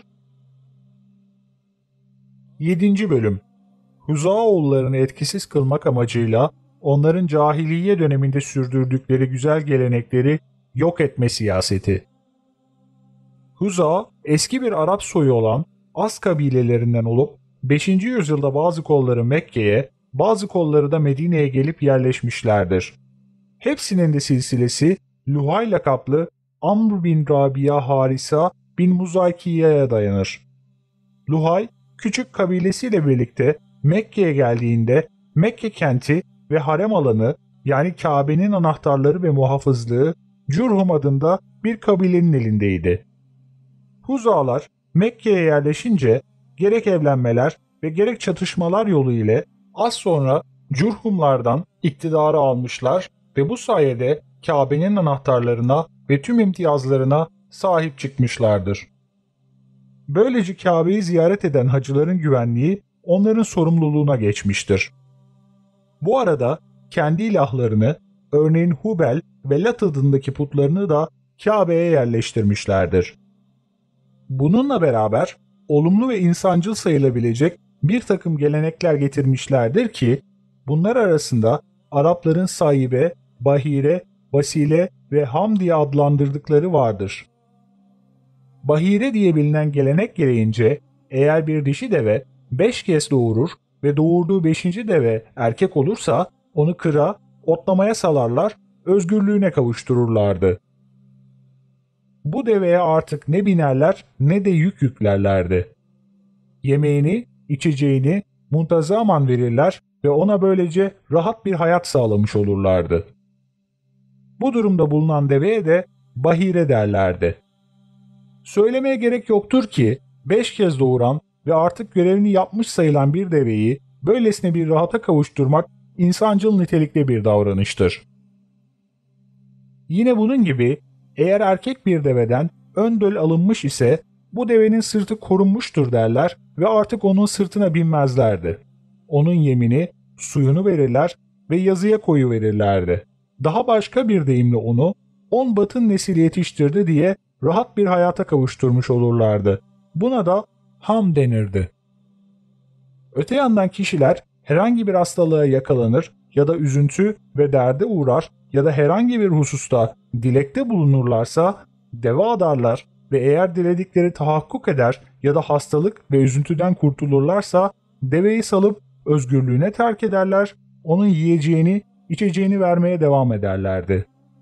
Speaker 1: 7. Bölüm. Huzaoğullarını etkisiz kılmak amacıyla onların cahiliye döneminde sürdürdükleri güzel gelenekleri yok etme siyaseti. Huza, eski bir Arap soyu olan Az kabilelerinden olup 5. yüzyılda bazı kolları Mekke'ye, bazı kolları da Medine'ye gelip yerleşmişlerdir. Hepsinin de silsilesi Luhay lakaplı Amr bin Rabia Harisa bin Muzaykiye'ye dayanır. Luhay küçük kabilesiyle birlikte Mekke'ye geldiğinde Mekke kenti ve harem alanı, yani Kabe'nin anahtarları ve muhafızlığı Cürhum adında bir kabilenin elindeydi. Huzalar Mekke'ye yerleşince gerek evlenmeler ve gerek çatışmalar yolu ile az sonra Cürhumlardan iktidarı almışlar ve bu sayede Kabe'nin anahtarlarına ve tüm imtiyazlarına sahip çıkmışlardır. Böylece Kabe'yi ziyaret eden hacıların güvenliği onların sorumluluğuna geçmiştir. Bu arada kendi ilahlarını, örneğin Hubel ve Lat adındaki putlarını da Kabe'ye yerleştirmişlerdir. Bununla beraber olumlu ve insancıl sayılabilecek bir takım gelenekler getirmişlerdir ki bunlar arasında Arapların sahibe, bahire, vasile ve ham diye adlandırdıkları vardır. Bahire diye bilinen gelenek gereğince eğer bir dişi deve 5 kez doğurur ve doğurduğu 5. deve erkek olursa onu kıra, otlamaya salarlar, özgürlüğüne kavuştururlardı. Bu deveye artık ne binerler ne de yük yüklerlerdi. Yemeğini, içeceğini muntazaman verirler ve ona böylece rahat bir hayat sağlamış olurlardı. Bu durumda bulunan deveye de bahire derlerdi. Söylemeye gerek yoktur ki 5 kez doğuran ve artık görevini yapmış sayılan bir deveyi böylesine bir rahata kavuşturmak insancıl nitelikte bir davranıştır. Yine bunun gibi eğer erkek bir deveden ön döl alınmış ise bu devenin sırtı korunmuştur derler ve artık onun sırtına binmezlerdi. Onun yemini, suyunu verirler ve yazıya koyuverirlerdi. Daha başka bir deyimle onu 10 batın nesil yetiştirdi diye rahat bir hayata kavuşturmuş olurlardı. Buna da ham denirdi. Öte yandan kişiler herhangi bir hastalığa yakalanır ya da üzüntü ve derde uğrar ya da herhangi bir hususta dilekte bulunurlarsa deve adarlar ve eğer diledikleri tahakkuk eder ya da hastalık ve üzüntüden kurtulurlarsa deveyi salıp özgürlüğüne terk ederler, onun yiyeceğini, içeceğini vermeye devam ederlerdi.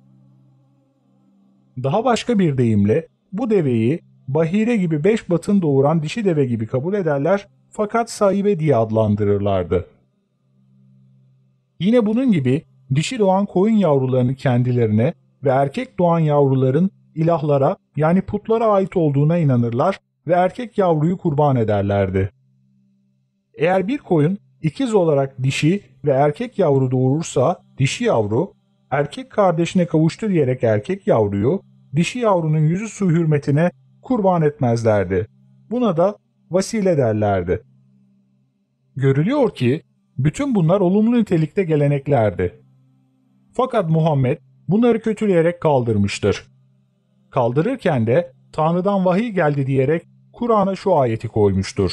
Speaker 1: Daha başka bir deyimle bu deveyi bahire gibi 5 batın doğuran dişi deve gibi kabul ederler fakat sahibe diye adlandırırlardı. Yine bunun gibi dişi doğan koyun yavrularını kendilerine ve erkek doğan yavruların ilahlara yani putlara ait olduğuna inanırlar ve erkek yavruyu kurban ederlerdi. Eğer bir koyun ikiz olarak dişi ve erkek yavru doğurursa dişi yavru erkek kardeşine kavuştu diyerek erkek yavruyu dişi yavrunun yüzü su hürmetine kurban etmezlerdi. Buna da vasile derlerdi. Görülüyor ki bütün bunlar olumlu nitelikte geleneklerdi. Fakat Muhammed bunları kötüleyerek kaldırmıştır. Kaldırırken de Tanrı'dan vahiy geldi diyerek Kur'an'a şu ayeti koymuştur.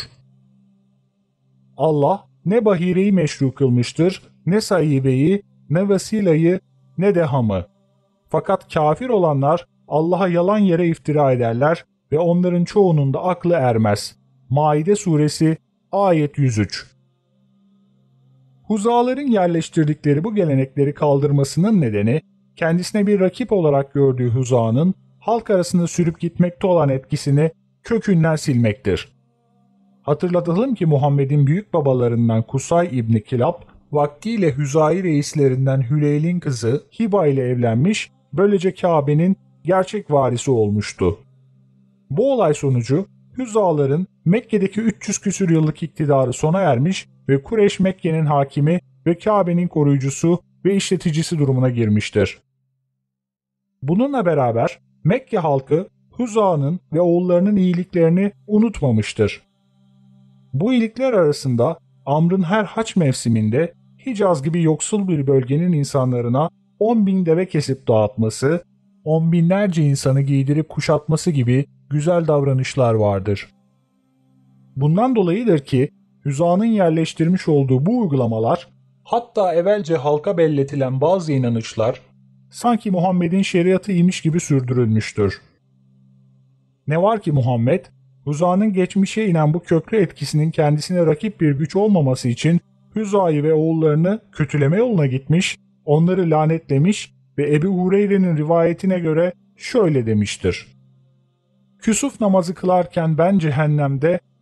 Speaker 1: Allah ne bahireyi meşru kılmıştır, ne sahibeyi, ne vasilayı, ne de hamı. Fakat kafir olanlar Allah'a yalan yere iftira ederler ve onların çoğunun da aklı ermez. Maide suresi ayet 103. Huzaların yerleştirdikleri bu gelenekleri kaldırmasının nedeni kendisine bir rakip olarak gördüğü Huza'nın halk arasında sürüp gitmekte olan etkisini kökünden silmektir. Hatırlatalım ki Muhammed'in büyük babalarından Kusay İbni Kilab vaktiyle Hüzai reislerinden Hüleyl'in kızı Hiba ile evlenmiş, böylece Kabe'nin gerçek varisi olmuştu. Bu olay sonucu Hüzaların Mekke'deki 300 küsür yıllık iktidarı sona ermiş ve Kureyş Mekke'nin hakimi ve Kabe'nin koruyucusu ve işleticisi durumuna girmiştir. Bununla beraber Mekke halkı Huza'nın ve oğullarının iyiliklerini unutmamıştır. Bu iyilikler arasında Amr'ın her haç mevsiminde Hicaz gibi yoksul bir bölgenin insanlarına 10.000 deve kesip dağıtması, 10 binlerce insanı giydirip kuşatması gibi güzel davranışlar vardır. Bundan dolayıdır ki Hüza'nın yerleştirmiş olduğu bu uygulamalar, hatta evvelce halka belletilen bazı inanışlar, sanki Muhammed'in şeriatıymış gibi sürdürülmüştür. Ne var ki Muhammed, Hüza'nın geçmişe inen bu köklü etkisinin kendisine rakip bir güç olmaması için Hüza'yı ve oğullarını kötüleme yoluna gitmiş, onları lanetlemiş ve Ebu Hureyre'nin rivayetine göre şöyle demiştir. Küsuf namazı kılarken ben cehennemde,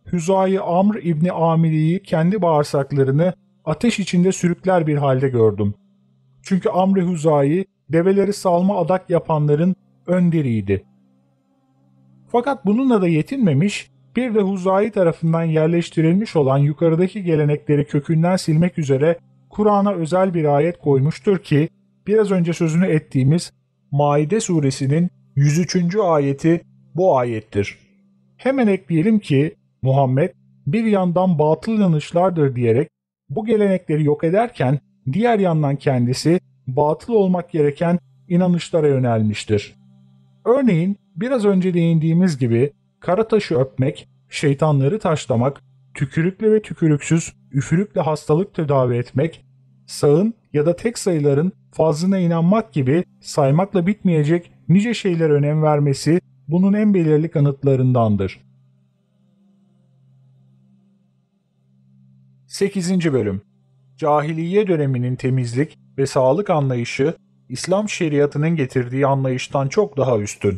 Speaker 1: Hüza'yı Amr İbni Amiri'yi kendi bağırsaklarını ateş içinde sürükler bir halde gördüm. Çünkü Amr-ı Hüza'yı develeri salma adak yapanların önderiydi. Fakat bununla da yetinmemiş, bir de Huzai tarafından yerleştirilmiş olan yukarıdaki gelenekleri kökünden silmek üzere Kur'an'a özel bir ayet koymuştur ki, biraz önce sözünü ettiğimiz Maide suresinin 103. ayeti bu ayettir. Hemen ekleyelim ki Muhammed bir yandan batıl inanışlardır diyerek bu gelenekleri yok ederken diğer yandan kendisi batıl olmak gereken inanışlara yönelmiştir. Örneğin biraz önce değindiğimiz gibi kara taşı öpmek, şeytanları taşlamak, tükürükle ve tükürüksüz üfürükle hastalık tedavi etmek, sağın ya da tek sayıların fazlına inanmak gibi saymakla bitmeyecek nice şeylere önem vermesi bunun en belirli kanıtlarındandır. 8. Bölüm Cahiliye döneminin temizlik ve sağlık anlayışı, İslam şeriatının getirdiği anlayıştan çok daha üstün.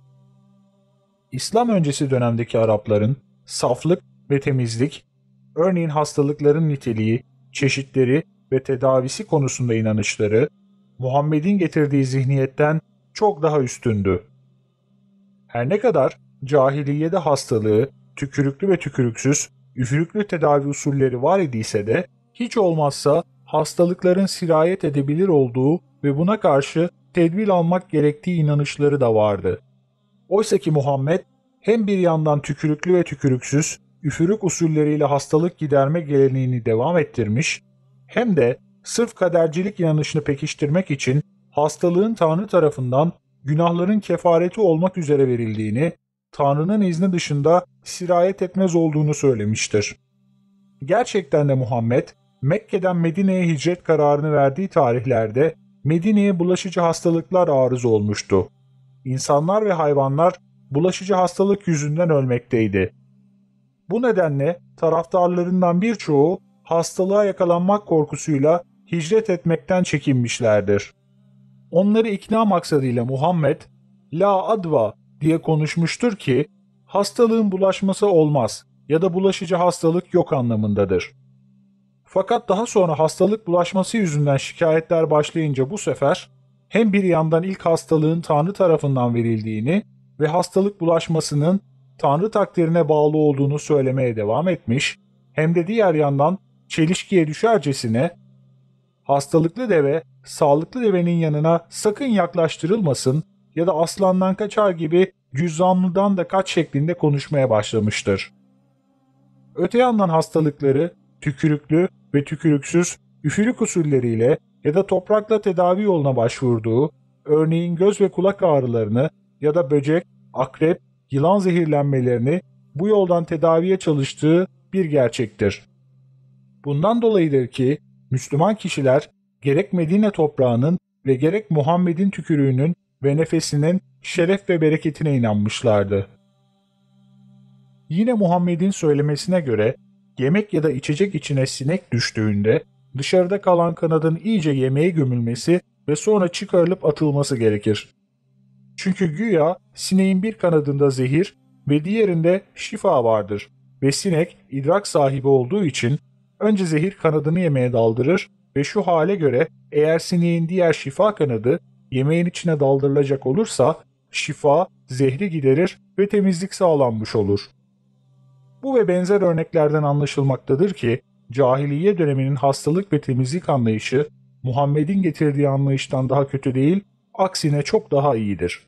Speaker 1: İslam öncesi dönemdeki Arapların saflık ve temizlik, örneğin hastalıkların niteliği, çeşitleri ve tedavisi konusunda inanışları, Muhammed'in getirdiği zihniyetten çok daha üstündü. Her ne kadar cahiliyede hastalığı, tükürüklü ve tükürüksüz, üfürüklü tedavi usulleri var idiyse de, hiç olmazsa hastalıkların sirayet edebilir olduğu ve buna karşı tedbir almak gerektiği inanışları da vardı. Oysa ki Muhammed hem bir yandan tükürüklü ve tükürüksüz, üfürük usulleriyle hastalık giderme geleneğini devam ettirmiş, hem de sırf kadercilik inanışını pekiştirmek için hastalığın Tanrı tarafından günahların kefareti olmak üzere verildiğini, Tanrı'nın izni dışında sirayet etmez olduğunu söylemiştir. Gerçekten de Muhammed, Mekke'den Medine'ye hicret kararını verdiği tarihlerde Medine'ye bulaşıcı hastalıklar arız olmuştu. İnsanlar ve hayvanlar bulaşıcı hastalık yüzünden ölmekteydi. Bu nedenle taraftarlarından birçoğu hastalığa yakalanmak korkusuyla hicret etmekten çekinmişlerdir. Onları ikna maksadıyla Muhammed, "La adva" diye konuşmuştur ki, hastalığın bulaşması olmaz ya da bulaşıcı hastalık yok anlamındadır. Fakat daha sonra hastalık bulaşması yüzünden şikayetler başlayınca bu sefer hem bir yandan ilk hastalığın Tanrı tarafından verildiğini ve hastalık bulaşmasının Tanrı takdirine bağlı olduğunu söylemeye devam etmiş, hem de diğer yandan çelişkiye düşercesine hastalıklı deve sağlıklı devenin yanına sakın yaklaştırılmasın ya da aslandan kaçar gibi cüzzamlıdan da kaç şeklinde konuşmaya başlamıştır. Öte yandan hastalıkları tükürüklü ve tükürüksüz üfürük usulleriyle ya da toprakla tedavi yoluna başvurduğu, örneğin göz ve kulak ağrılarını ya da böcek, akrep, yılan zehirlenmelerini bu yoldan tedaviye çalıştığı bir gerçektir. Bundan dolayıdır ki Müslüman kişiler gerek Medine toprağının ve gerek Muhammed'in tükürüğünün ve nefesinin şeref ve bereketine inanmışlardı. Yine Muhammed'in söylemesine göre yemek ya da içecek içine sinek düştüğünde dışarıda kalan kanadın iyice yemeğe gömülmesi ve sonra çıkarılıp atılması gerekir. Çünkü güya sineğin bir kanadında zehir ve diğerinde şifa vardır ve sinek idrak sahibi olduğu için önce zehir kanadını yemeğe daldırır ve şu hale göre eğer sineğin diğer şifa kanadı yemeğin içine daldırılacak olursa şifa zehri giderir ve temizlik sağlanmış olur. Bu ve benzer örneklerden anlaşılmaktadır ki cahiliye döneminin hastalık ve temizlik anlayışı Muhammed'in getirdiği anlayıştan daha kötü değil, aksine çok daha iyidir.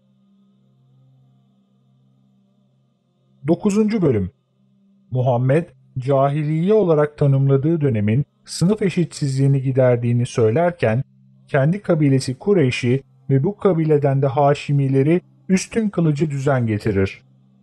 Speaker 1: 9. Bölüm Muhammed, cahiliye olarak tanımladığı dönemin sınıf eşitsizliğini giderdiğini söylerken, kendi kabilesi Kureyş'i ve bu kabileden de Haşimileri üstün kılıcı düzen getirir.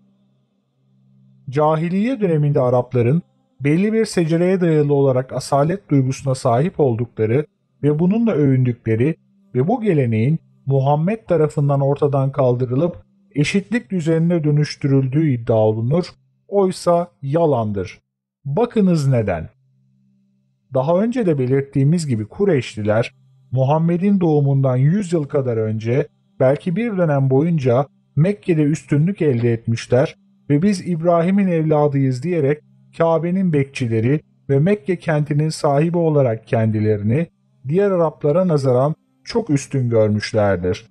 Speaker 1: Cahiliye döneminde Arapların belli bir secereye dayalı olarak asalet duygusuna sahip oldukları ve bununla övündükleri ve bu geleneğin Muhammed tarafından ortadan kaldırılıp eşitlik düzenine dönüştürüldüğü iddia olunur, oysa yalandır. Bakınız neden? Daha önce de belirttiğimiz gibi Kureyşliler, Muhammed'in doğumundan 100 yıl kadar önce belki bir dönem boyunca Mekke'de üstünlük elde etmişler ve biz İbrahim'in evladıyız diyerek Kabe'nin bekçileri ve Mekke kentinin sahibi olarak kendilerini diğer Araplara nazaran çok üstün görmüşlerdir.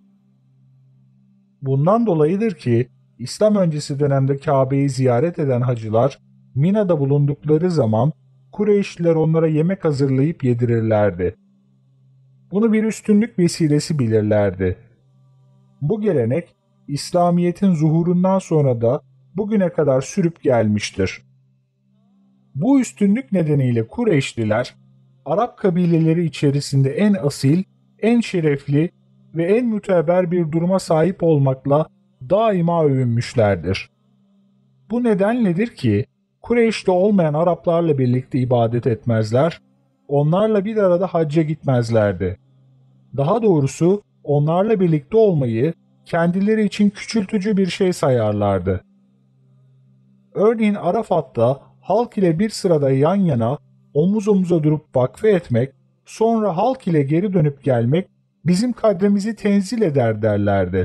Speaker 1: Bundan dolayıdır ki İslam öncesi dönemde Kabe'yi ziyaret eden hacılar Mina'da bulundukları zaman Kureyşliler onlara yemek hazırlayıp yedirirlerdi. Bunu bir üstünlük vesilesi bilirlerdi. Bu gelenek İslamiyet'in zuhurundan sonra da bugüne kadar sürüp gelmiştir. Bu üstünlük nedeniyle Kureyşliler, Arap kabileleri içerisinde en asil, en şerefli ve en müteber bir duruma sahip olmakla daima övünmüşlerdir. Bu nedenledir ki Kureyşli olmayan Araplarla birlikte ibadet etmezler, onlarla bir arada hacca gitmezlerdi. Daha doğrusu onlarla birlikte olmayı kendileri için küçültücü bir şey sayarlardı. Örneğin Arafat'ta halk ile bir sırada yan yana, omuz omuza durup vakfe etmek, sonra halk ile geri dönüp gelmek bizim kadrimizi tenzil eder derlerdi.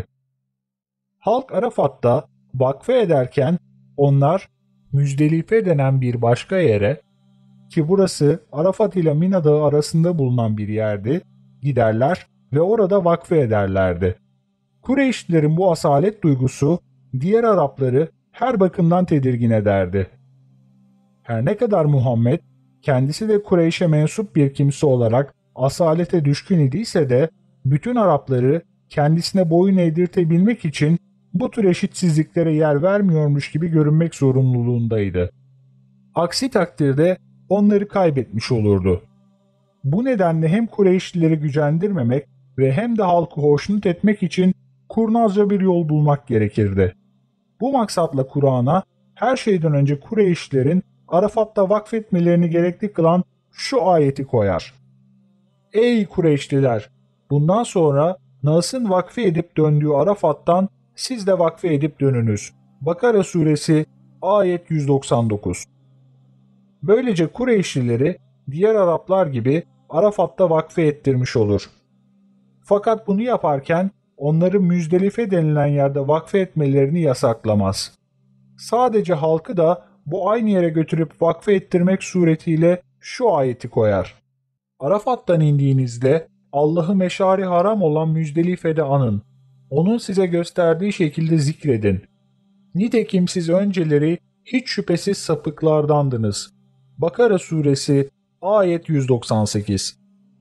Speaker 1: Halk Arafat'ta vakfe ederken onlar Müzdelife denen bir başka yere, ki burası Arafat ile Mina Dağı arasında bulunan bir yerdi, giderler ve orada vakfe ederlerdi. Kureyşlilerin bu asalet duygusu diğer Arapları her bakımdan tedirgin ederdi. Her ne kadar Muhammed kendisi de Kureyş'e mensup bir kimse olarak asalete düşkün idiyse de bütün Arapları kendisine boyun eğdirtebilmek için bu tür eşitsizliklere yer vermiyormuş gibi görünmek zorunluluğundaydı. Aksi takdirde onları kaybetmiş olurdu. Bu nedenle hem Kureyşlileri gücendirmemek ve hem de halkı hoşnut etmek için kurnazca bir yol bulmak gerekirdi. Bu maksatla Kur'an'a her şeyden önce Kureyşlilerin Arafat'ta vakfetmelerini gerekli kılan şu ayeti koyar. Ey Kureyşliler! Bundan sonra Nas'ın vakfe edip döndüğü Arafat'tan siz de vakfe edip dönünüz. Bakara suresi ayet 199. Böylece Kureyşlileri diğer Araplar gibi Arafat'ta vakfe ettirmiş olur. Fakat bunu yaparken onları Müzdelife denilen yerde vakfe etmelerini yasaklamaz. Sadece halkı da bu aynı yere götürüp vakfe ettirmek suretiyle şu ayeti koyar. Arafat'tan indiğinizde Allah'ı meşari haram olan Müzdelife'de anın. Onun size gösterdiği şekilde zikredin. Nitekim siz önceleri hiç şüphesiz sapıklardandınız. Bakara suresi ayet 198.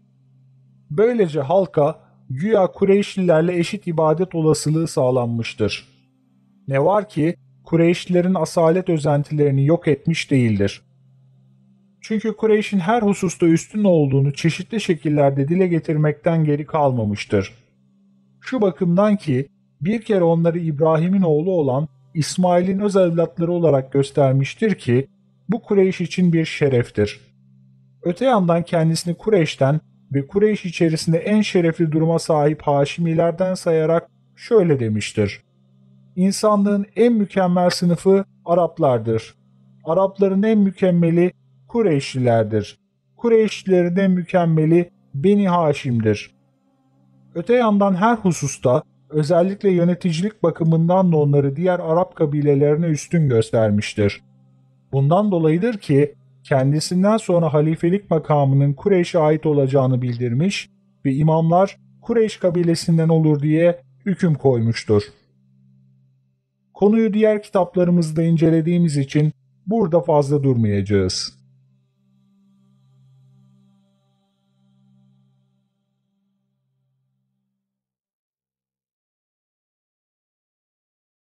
Speaker 1: Böylece halka güya Kureyşlilerle eşit ibadet olasılığı sağlanmıştır. Ne var ki Kureyşlilerin asalet özentilerini yok etmiş değildir. Çünkü Kureyş'in her hususta üstün olduğunu çeşitli şekillerde dile getirmekten geri kalmamıştır. Şu bakımdan ki bir kere onları İbrahim'in oğlu olan İsmail'in öz evlatları olarak göstermiştir ki bu Kureyş için bir şereftir. Öte yandan kendisini Kureyş'ten ve Kureyş içerisinde en şerefli duruma sahip Haşimilerden sayarak şöyle demiştir. İnsanlığın en mükemmel sınıfı Araplardır. Arapların en mükemmeli Kureyşlilerdir. Kureyşlilerin en mükemmeli Beni Haşim'dir. Öte yandan her hususta özellikle yöneticilik bakımından da onları diğer Arap kabilelerine üstün göstermiştir. Bundan dolayıdır ki kendisinden sonra halifelik makamının Kureyş'e ait olacağını bildirmiş ve imamlar Kureyş kabilesinden olur diye hüküm koymuştur. Konuyu diğer kitaplarımızda incelediğimiz için burada fazla durmayacağız.